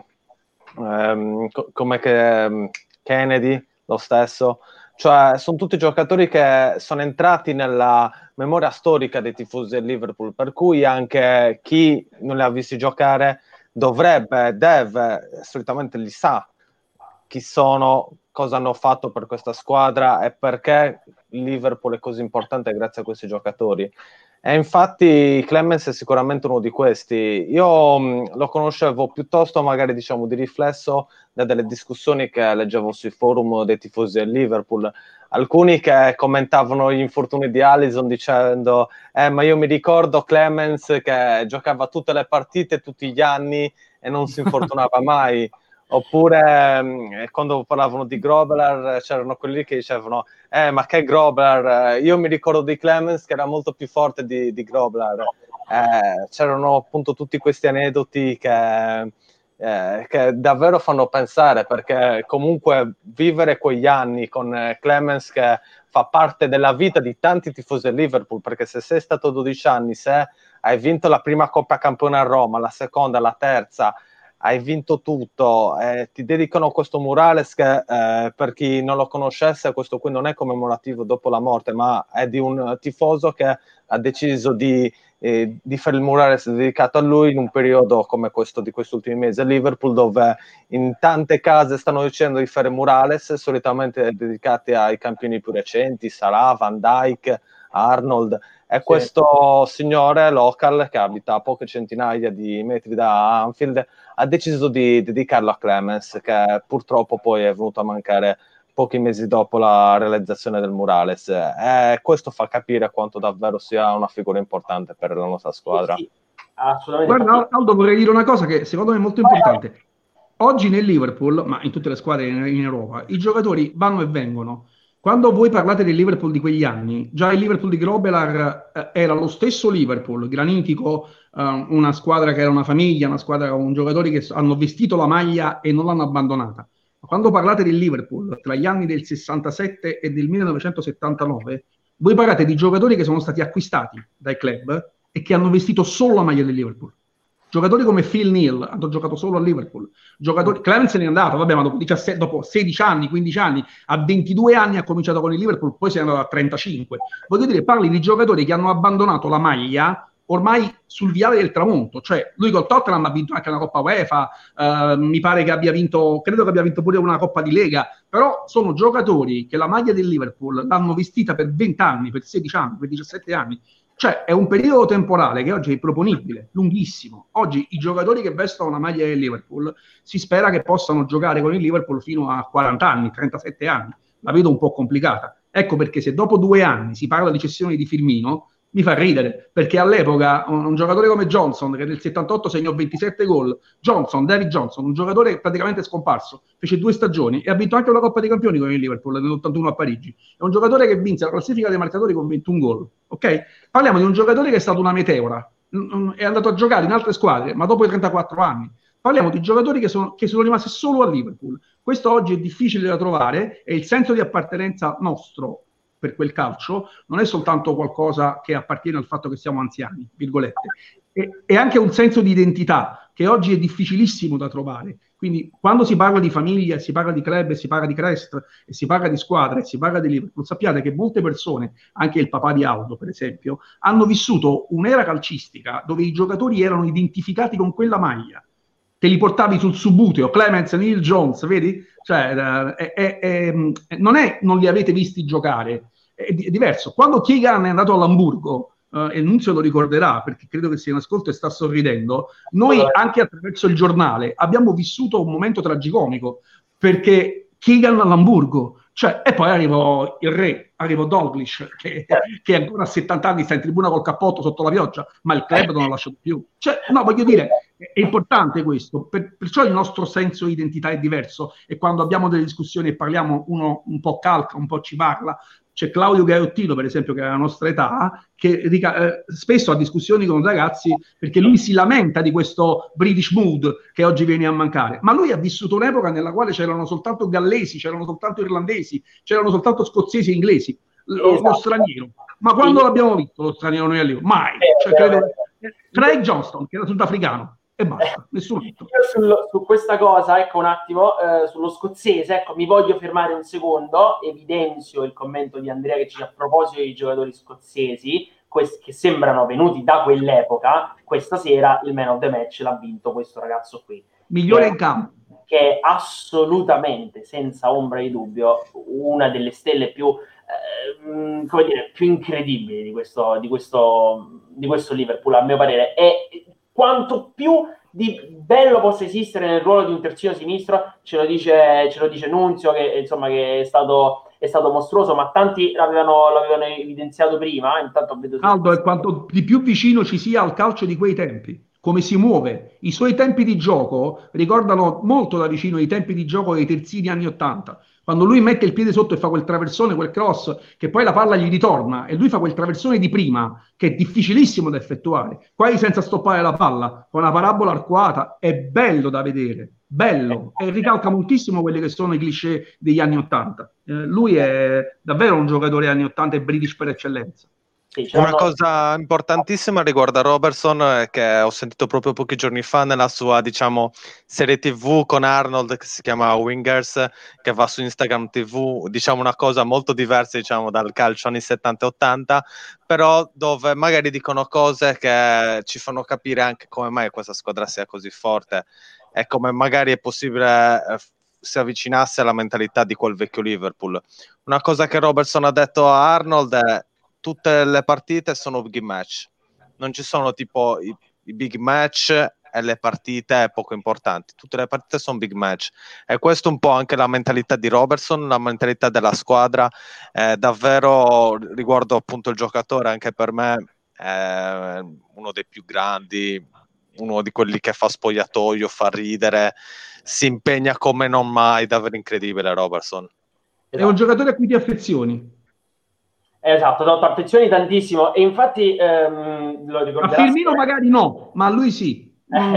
come che Kennedy, lo stesso. Cioè, sono tutti giocatori che sono entrati nella memoria storica dei tifosi del Liverpool, per cui anche chi non li ha visti giocare deve, solitamente li sa chi sono, cosa hanno fatto per questa squadra e perché il Liverpool è così importante grazie a questi giocatori. E infatti Clemens è sicuramente uno di questi. Io lo conoscevo piuttosto magari, diciamo, di riflesso da delle discussioni che leggevo sui forum dei tifosi del Liverpool. Alcuni che commentavano gli infortuni di Alisson dicendo ma io mi ricordo Clemens che giocava tutte le partite tutti gli anni e non si infortunava mai. Oppure quando parlavano di Grobbelaar c'erano quelli che dicevano ma che Grobbelaar, io mi ricordo di Clemens che era molto più forte di Grobbelaar. C'erano appunto tutti questi aneddoti che davvero fanno pensare, perché comunque vivere quegli anni con Clemens che fa parte della vita di tanti tifosi del Liverpool, perché se sei stato 12 anni, se hai vinto la prima Coppa Campione a Roma, la seconda, la terza, hai vinto tutto, ti dedicano questo murales che per chi non lo conoscesse, questo qui non è commemorativo dopo la morte, ma è di un tifoso che ha deciso di fare il murales dedicato a lui in un periodo come questo di questi ultimi mesi a Liverpool, dove in tante case stanno decidendo di fare murales solitamente dedicati ai campioni più recenti, Salah, Van Dijk, Arnold. E questo signore local che abita a poche centinaia di metri da Anfield ha deciso di dedicarlo a Clemens, che purtroppo poi è venuto a mancare pochi mesi dopo la realizzazione del murales. E questo fa capire quanto davvero sia una figura importante per la nostra squadra. Sì, assolutamente. Guarda, Aldo, vorrei dire una cosa che secondo me è molto importante. Oggi nel Liverpool, ma in tutte le squadre in Europa, i giocatori vanno e vengono. Quando voi parlate del Liverpool di quegli anni, già il Liverpool di Grobbelaar era lo stesso Liverpool, granitico, una squadra che era una famiglia, una squadra con giocatori che hanno vestito la maglia e non l'hanno abbandonata. Quando parlate del Liverpool tra gli anni del 67 e del 1979, voi parlate di giocatori che sono stati acquistati dai club e che hanno vestito solo la maglia del Liverpool. Giocatori come Phil Neal hanno giocato solo a Liverpool. Clemens se n'è andato, vabbè, ma dopo 16 anni, 15 anni, a 22 anni ha cominciato con il Liverpool, poi se n'è andato a 35. Voglio dire, parli di giocatori che hanno abbandonato la maglia ormai sul viale del tramonto. Cioè, lui col Tottenham ha vinto anche una Coppa UEFA, mi pare che abbia vinto, credo che abbia vinto pure una Coppa di Lega, però sono giocatori che la maglia del Liverpool l'hanno vestita per 20 anni, per 16 anni, per 17 anni. Cioè, è un periodo temporale che oggi è improponibile, lunghissimo. Oggi i giocatori che vestono la maglia del Liverpool si spera che possano giocare con il Liverpool fino a 40 anni, 37 anni. La vedo un po' complicata. Ecco perché se dopo 2 anni si parla di cessione di Firmino, mi fa ridere, perché all'epoca un giocatore come Johnson, che nel 78 segnò 27 gol, David Johnson, un giocatore praticamente scomparso, fece 2 stagioni e ha vinto anche una Coppa dei Campioni con il Liverpool nell'81 a Parigi. È un giocatore che vinse la classifica dei marcatori con 21 gol, ok? Parliamo di un giocatore che è stato una meteora, è andato a giocare in altre squadre, ma dopo i 34 anni. Parliamo di giocatori che sono rimasti solo a Liverpool. Questo oggi è difficile da trovare e il senso di appartenenza nostro per quel calcio non è soltanto qualcosa che appartiene al fatto che siamo anziani, virgolette, è anche un senso di identità che oggi è difficilissimo da trovare. Quindi quando si parla di famiglia, si parla di club, si parla di Crest, e si parla di squadre, e si parla di Liverpool, sappiate che molte persone, anche il papà di Aldo per esempio, hanno vissuto un'era calcistica dove i giocatori erano identificati con quella maglia. Te li portavi sul subuteo, Clemens, Neil Jones, vedi? Cioè, non li avete visti giocare, è diverso. Quando Keegan è andato all'Hamburgo, e Nunzio lo ricorderà perché credo che sia in ascolto e sta sorridendo, noi anche attraverso il giornale abbiamo vissuto un momento tragicomico, perché Keegan all'Hamburgo, cioè, e poi arrivò il re, arrivò Dalglish, che ancora a 70 anni sta in tribuna col cappotto sotto la pioggia, ma il club non l'ha lasciato più. Cioè, no, voglio dire, è importante questo, perciò il nostro senso di identità è diverso, e quando abbiamo delle discussioni e parliamo, uno un po' calca, un po' ci parla. C'è Claudio Gaiottino, per esempio, che è la nostra età, che spesso ha discussioni con ragazzi perché lui si lamenta di questo British mood che oggi viene a mancare. Ma lui ha vissuto un'epoca nella quale c'erano soltanto gallesi, c'erano soltanto irlandesi, c'erano soltanto scozzesi e inglesi, lo straniero. Ma quando l'abbiamo visto lo straniero noi a Liverpool? Mai. Cioè, credo Craig Johnston, che era sudafricano. E basta, nessuno. Io su questa cosa, ecco un attimo, sullo scozzese, ecco, mi voglio fermare un secondo, evidenzio il commento di Andrea che dice a proposito dei giocatori scozzesi, che sembrano venuti da quell'epoca, questa sera il man of the match l'ha vinto questo ragazzo qui. Migliore in campo. Che è assolutamente, senza ombra di dubbio, una delle stelle più, come dire, più incredibili di questo Liverpool, a mio parere. E quanto più di bello possa esistere nel ruolo di un terzino sinistro, ce lo dice Nunzio, che insomma che è stato mostruoso, ma tanti l'avevano evidenziato prima. Intanto vedo Aldo è quanto di più vicino ci sia al calcio di quei tempi, come si muove, i suoi tempi di gioco ricordano molto da vicino i tempi di gioco dei terzini anni '80. Quando lui mette il piede sotto e fa quel traversone, quel cross, che poi la palla gli ritorna, e lui fa quel traversone di prima, che è difficilissimo da effettuare, quasi senza stoppare la palla, con una parabola arcuata, è bello da vedere, bello, e ricalca moltissimo quelli che sono i cliché degli anni '80. Lui è davvero un giocatore anni '80 e British per eccellenza. Una cosa importantissima riguarda Robertson, che ho sentito proprio pochi giorni fa nella sua, diciamo, serie TV con Arnold che si chiama Wingers, che va su Instagram TV, diciamo una cosa molto diversa, diciamo, dal calcio anni 70 e 80, però dove magari dicono cose che ci fanno capire anche come mai questa squadra sia così forte e come magari è possibile si avvicinasse alla mentalità di quel vecchio Liverpool. Una cosa che Robertson ha detto a Arnold è: tutte le partite sono big match, non ci sono tipo i big match e le partite poco importanti, tutte le partite sono big match, e questo è un po' anche la mentalità di Robertson, la mentalità della squadra. Davvero, riguardo appunto il giocatore, anche per me è uno dei più grandi, uno di quelli che fa spogliatoio, fa ridere, si impegna come non mai, davvero incredibile Robertson. È un giocatore a cui ti affezioni. Esatto, ti affezioni tantissimo, e infatti lo ricorderà. A Firmino magari no, ma a lui sì.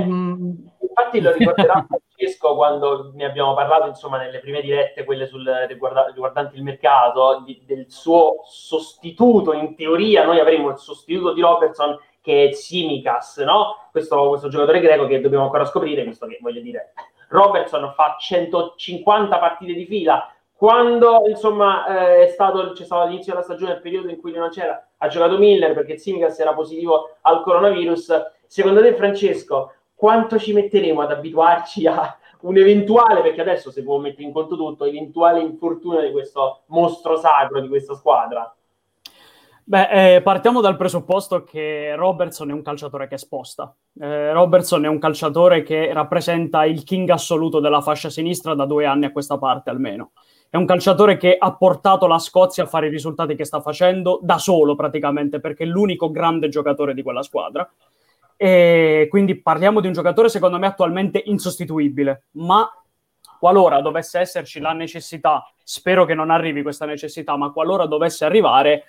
Infatti lo ricorderà Francesco quando ne abbiamo parlato, insomma, nelle prime dirette, quelle riguardanti il mercato, del suo sostituto. In teoria noi avremo il sostituto di Robertson che è Tsimikas, no? Questo giocatore greco che dobbiamo ancora scoprire, visto che, voglio dire, Robertson fa 150 partite di fila. Quando insomma c'è stato all'inizio della stagione il periodo in cui non c'era, ha giocato Milner perché Tsimikas era positivo al coronavirus. Secondo te, Francesco, quanto ci metteremo ad abituarci a un eventuale, perché adesso si può mettere in conto tutto, eventuale infortunio di questo mostro sacro di questa squadra? Beh, partiamo dal presupposto che Robertson è un calciatore che sposta. Robertson è un calciatore che rappresenta il king assoluto della fascia sinistra da 2 anni a questa parte almeno. È un calciatore che ha portato la Scozia a fare i risultati che sta facendo da solo praticamente, perché è l'unico grande giocatore di quella squadra. E quindi parliamo di un giocatore secondo me attualmente insostituibile, ma qualora dovesse esserci la necessità, spero che non arrivi questa necessità, ma qualora dovesse arrivare,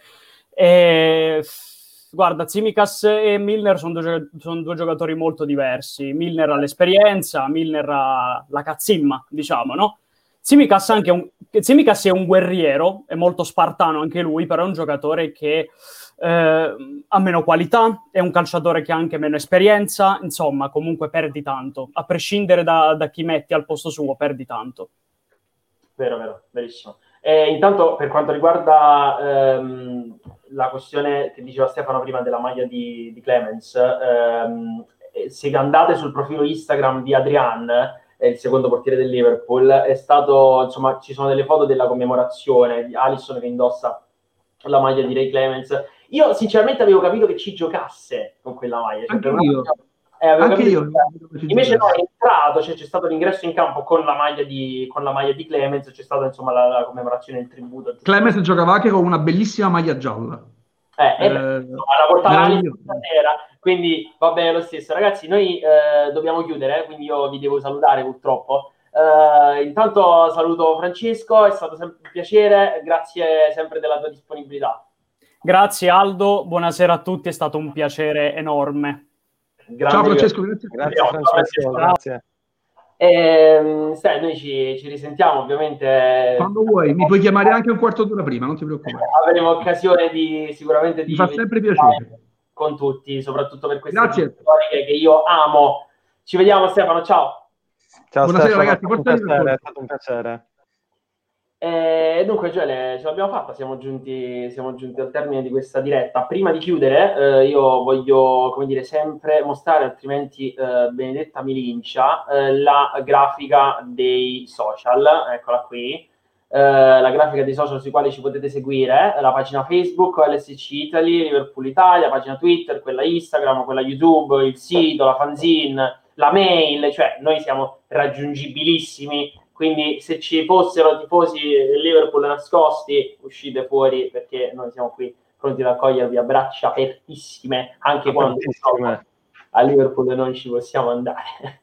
guarda, Tsimikas e Milner sono due giocatori molto diversi. Milner ha l'esperienza, Milner ha la cazzimma, diciamo, no? Tsimikas è un guerriero, è molto spartano anche lui, però è un giocatore che ha meno qualità, è un calciatore che ha anche meno esperienza, insomma, comunque perdi tanto. A prescindere da chi metti al posto suo, perdi tanto. Vero, verissimo. Intanto, per quanto riguarda la questione che diceva Stefano prima della maglia di Clemens, se andate sul profilo Instagram di Adrian, il secondo portiere del Liverpool, è stato, insomma, ci sono delle foto della commemorazione di Alisson che indossa la maglia di Ray Clemens. Io sinceramente avevo capito che ci giocasse con quella maglia. Anche io. Invece no, è entrato, c'è stato l'ingresso in campo con la maglia di Clemens, c'è stata insomma la commemorazione, il tributo. Clemens giocava anche con una bellissima maglia gialla. La portava sera, quindi va bene lo stesso. Ragazzi, noi dobbiamo chiudere, quindi io vi devo salutare purtroppo. Intanto saluto Francesco, è stato sempre un piacere, grazie sempre della tua disponibilità. Grazie Aldo, buonasera a tutti, è stato un piacere enorme. Ciao Francesco, grazie Francesco, grazie. Noi ci risentiamo ovviamente quando vuoi, mi puoi chiamare anche un quarto d'ora prima, non ti preoccupare. Avremo occasione sicuramente mi fa sempre piacere con tutti, soprattutto per queste storie che io amo. Ci vediamo Stefano, ciao. Ciao buonasera Stefano, ragazzi, è stato un piacere. Dunque Gioele, ce l'abbiamo fatta, siamo giunti al termine di questa diretta. Prima di chiudere io voglio, come dire, sempre mostrare, altrimenti Benedetta mi lincia, la grafica dei social, eccola qui, la grafica dei social sui quali ci potete seguire, la pagina Facebook, LSC Italy, Liverpool Italia, la pagina Twitter, quella Instagram, quella YouTube, il sito, la fanzine, la mail, cioè noi siamo raggiungibilissimi. Quindi se ci fossero tifosi del Liverpool nascosti, uscite fuori perché noi siamo qui pronti ad accogliervi a braccia apertissime, anche quando a Liverpool non ci possiamo andare.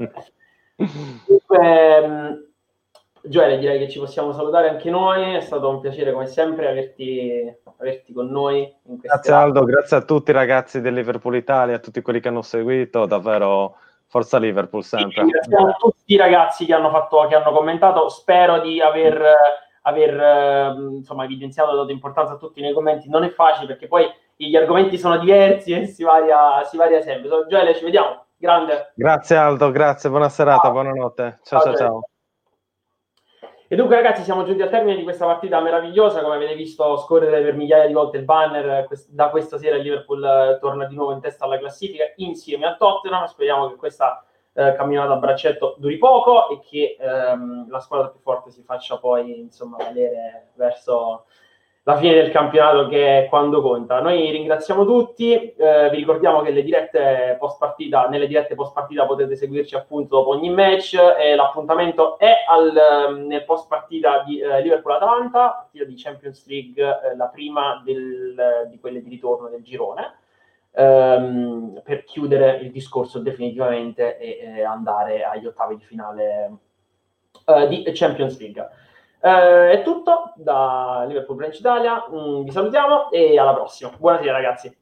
Dunque, Gioele, direi che ci possiamo salutare anche noi, è stato un piacere come sempre averti con noi. Grazie Aldo, grazie a tutti i ragazzi del Liverpool Italia, a tutti quelli che hanno seguito, davvero... Forza Liverpool sempre. Ringraziamo a tutti i ragazzi che hanno commentato. Spero di aver insomma evidenziato, dato importanza a tutti nei commenti. Non è facile perché poi gli argomenti sono diversi e si varia sempre. Gioele, ci vediamo. Grande. Grazie Aldo, grazie, buona serata, buonanotte. Ciao. E dunque ragazzi, siamo giunti al termine di questa partita meravigliosa. Come avete visto scorrere per migliaia di volte il banner, da questa sera il Liverpool torna di nuovo in testa alla classifica insieme al Tottenham. Speriamo che questa camminata a braccetto duri poco e che la squadra più forte si faccia poi insomma vedere verso la fine del campionato, che è quando conta. Noi ringraziamo tutti, vi ricordiamo che nelle dirette post partita potete seguirci appunto dopo ogni match, e l'appuntamento è nel post partita di Liverpool-Atalanta, partita di Champions League, la prima di quelle di ritorno del girone, per chiudere il discorso definitivamente e andare agli ottavi di finale di Champions League. È tutto da Liverpool Branch Italia, vi salutiamo e alla prossima. Buonasera ragazzi.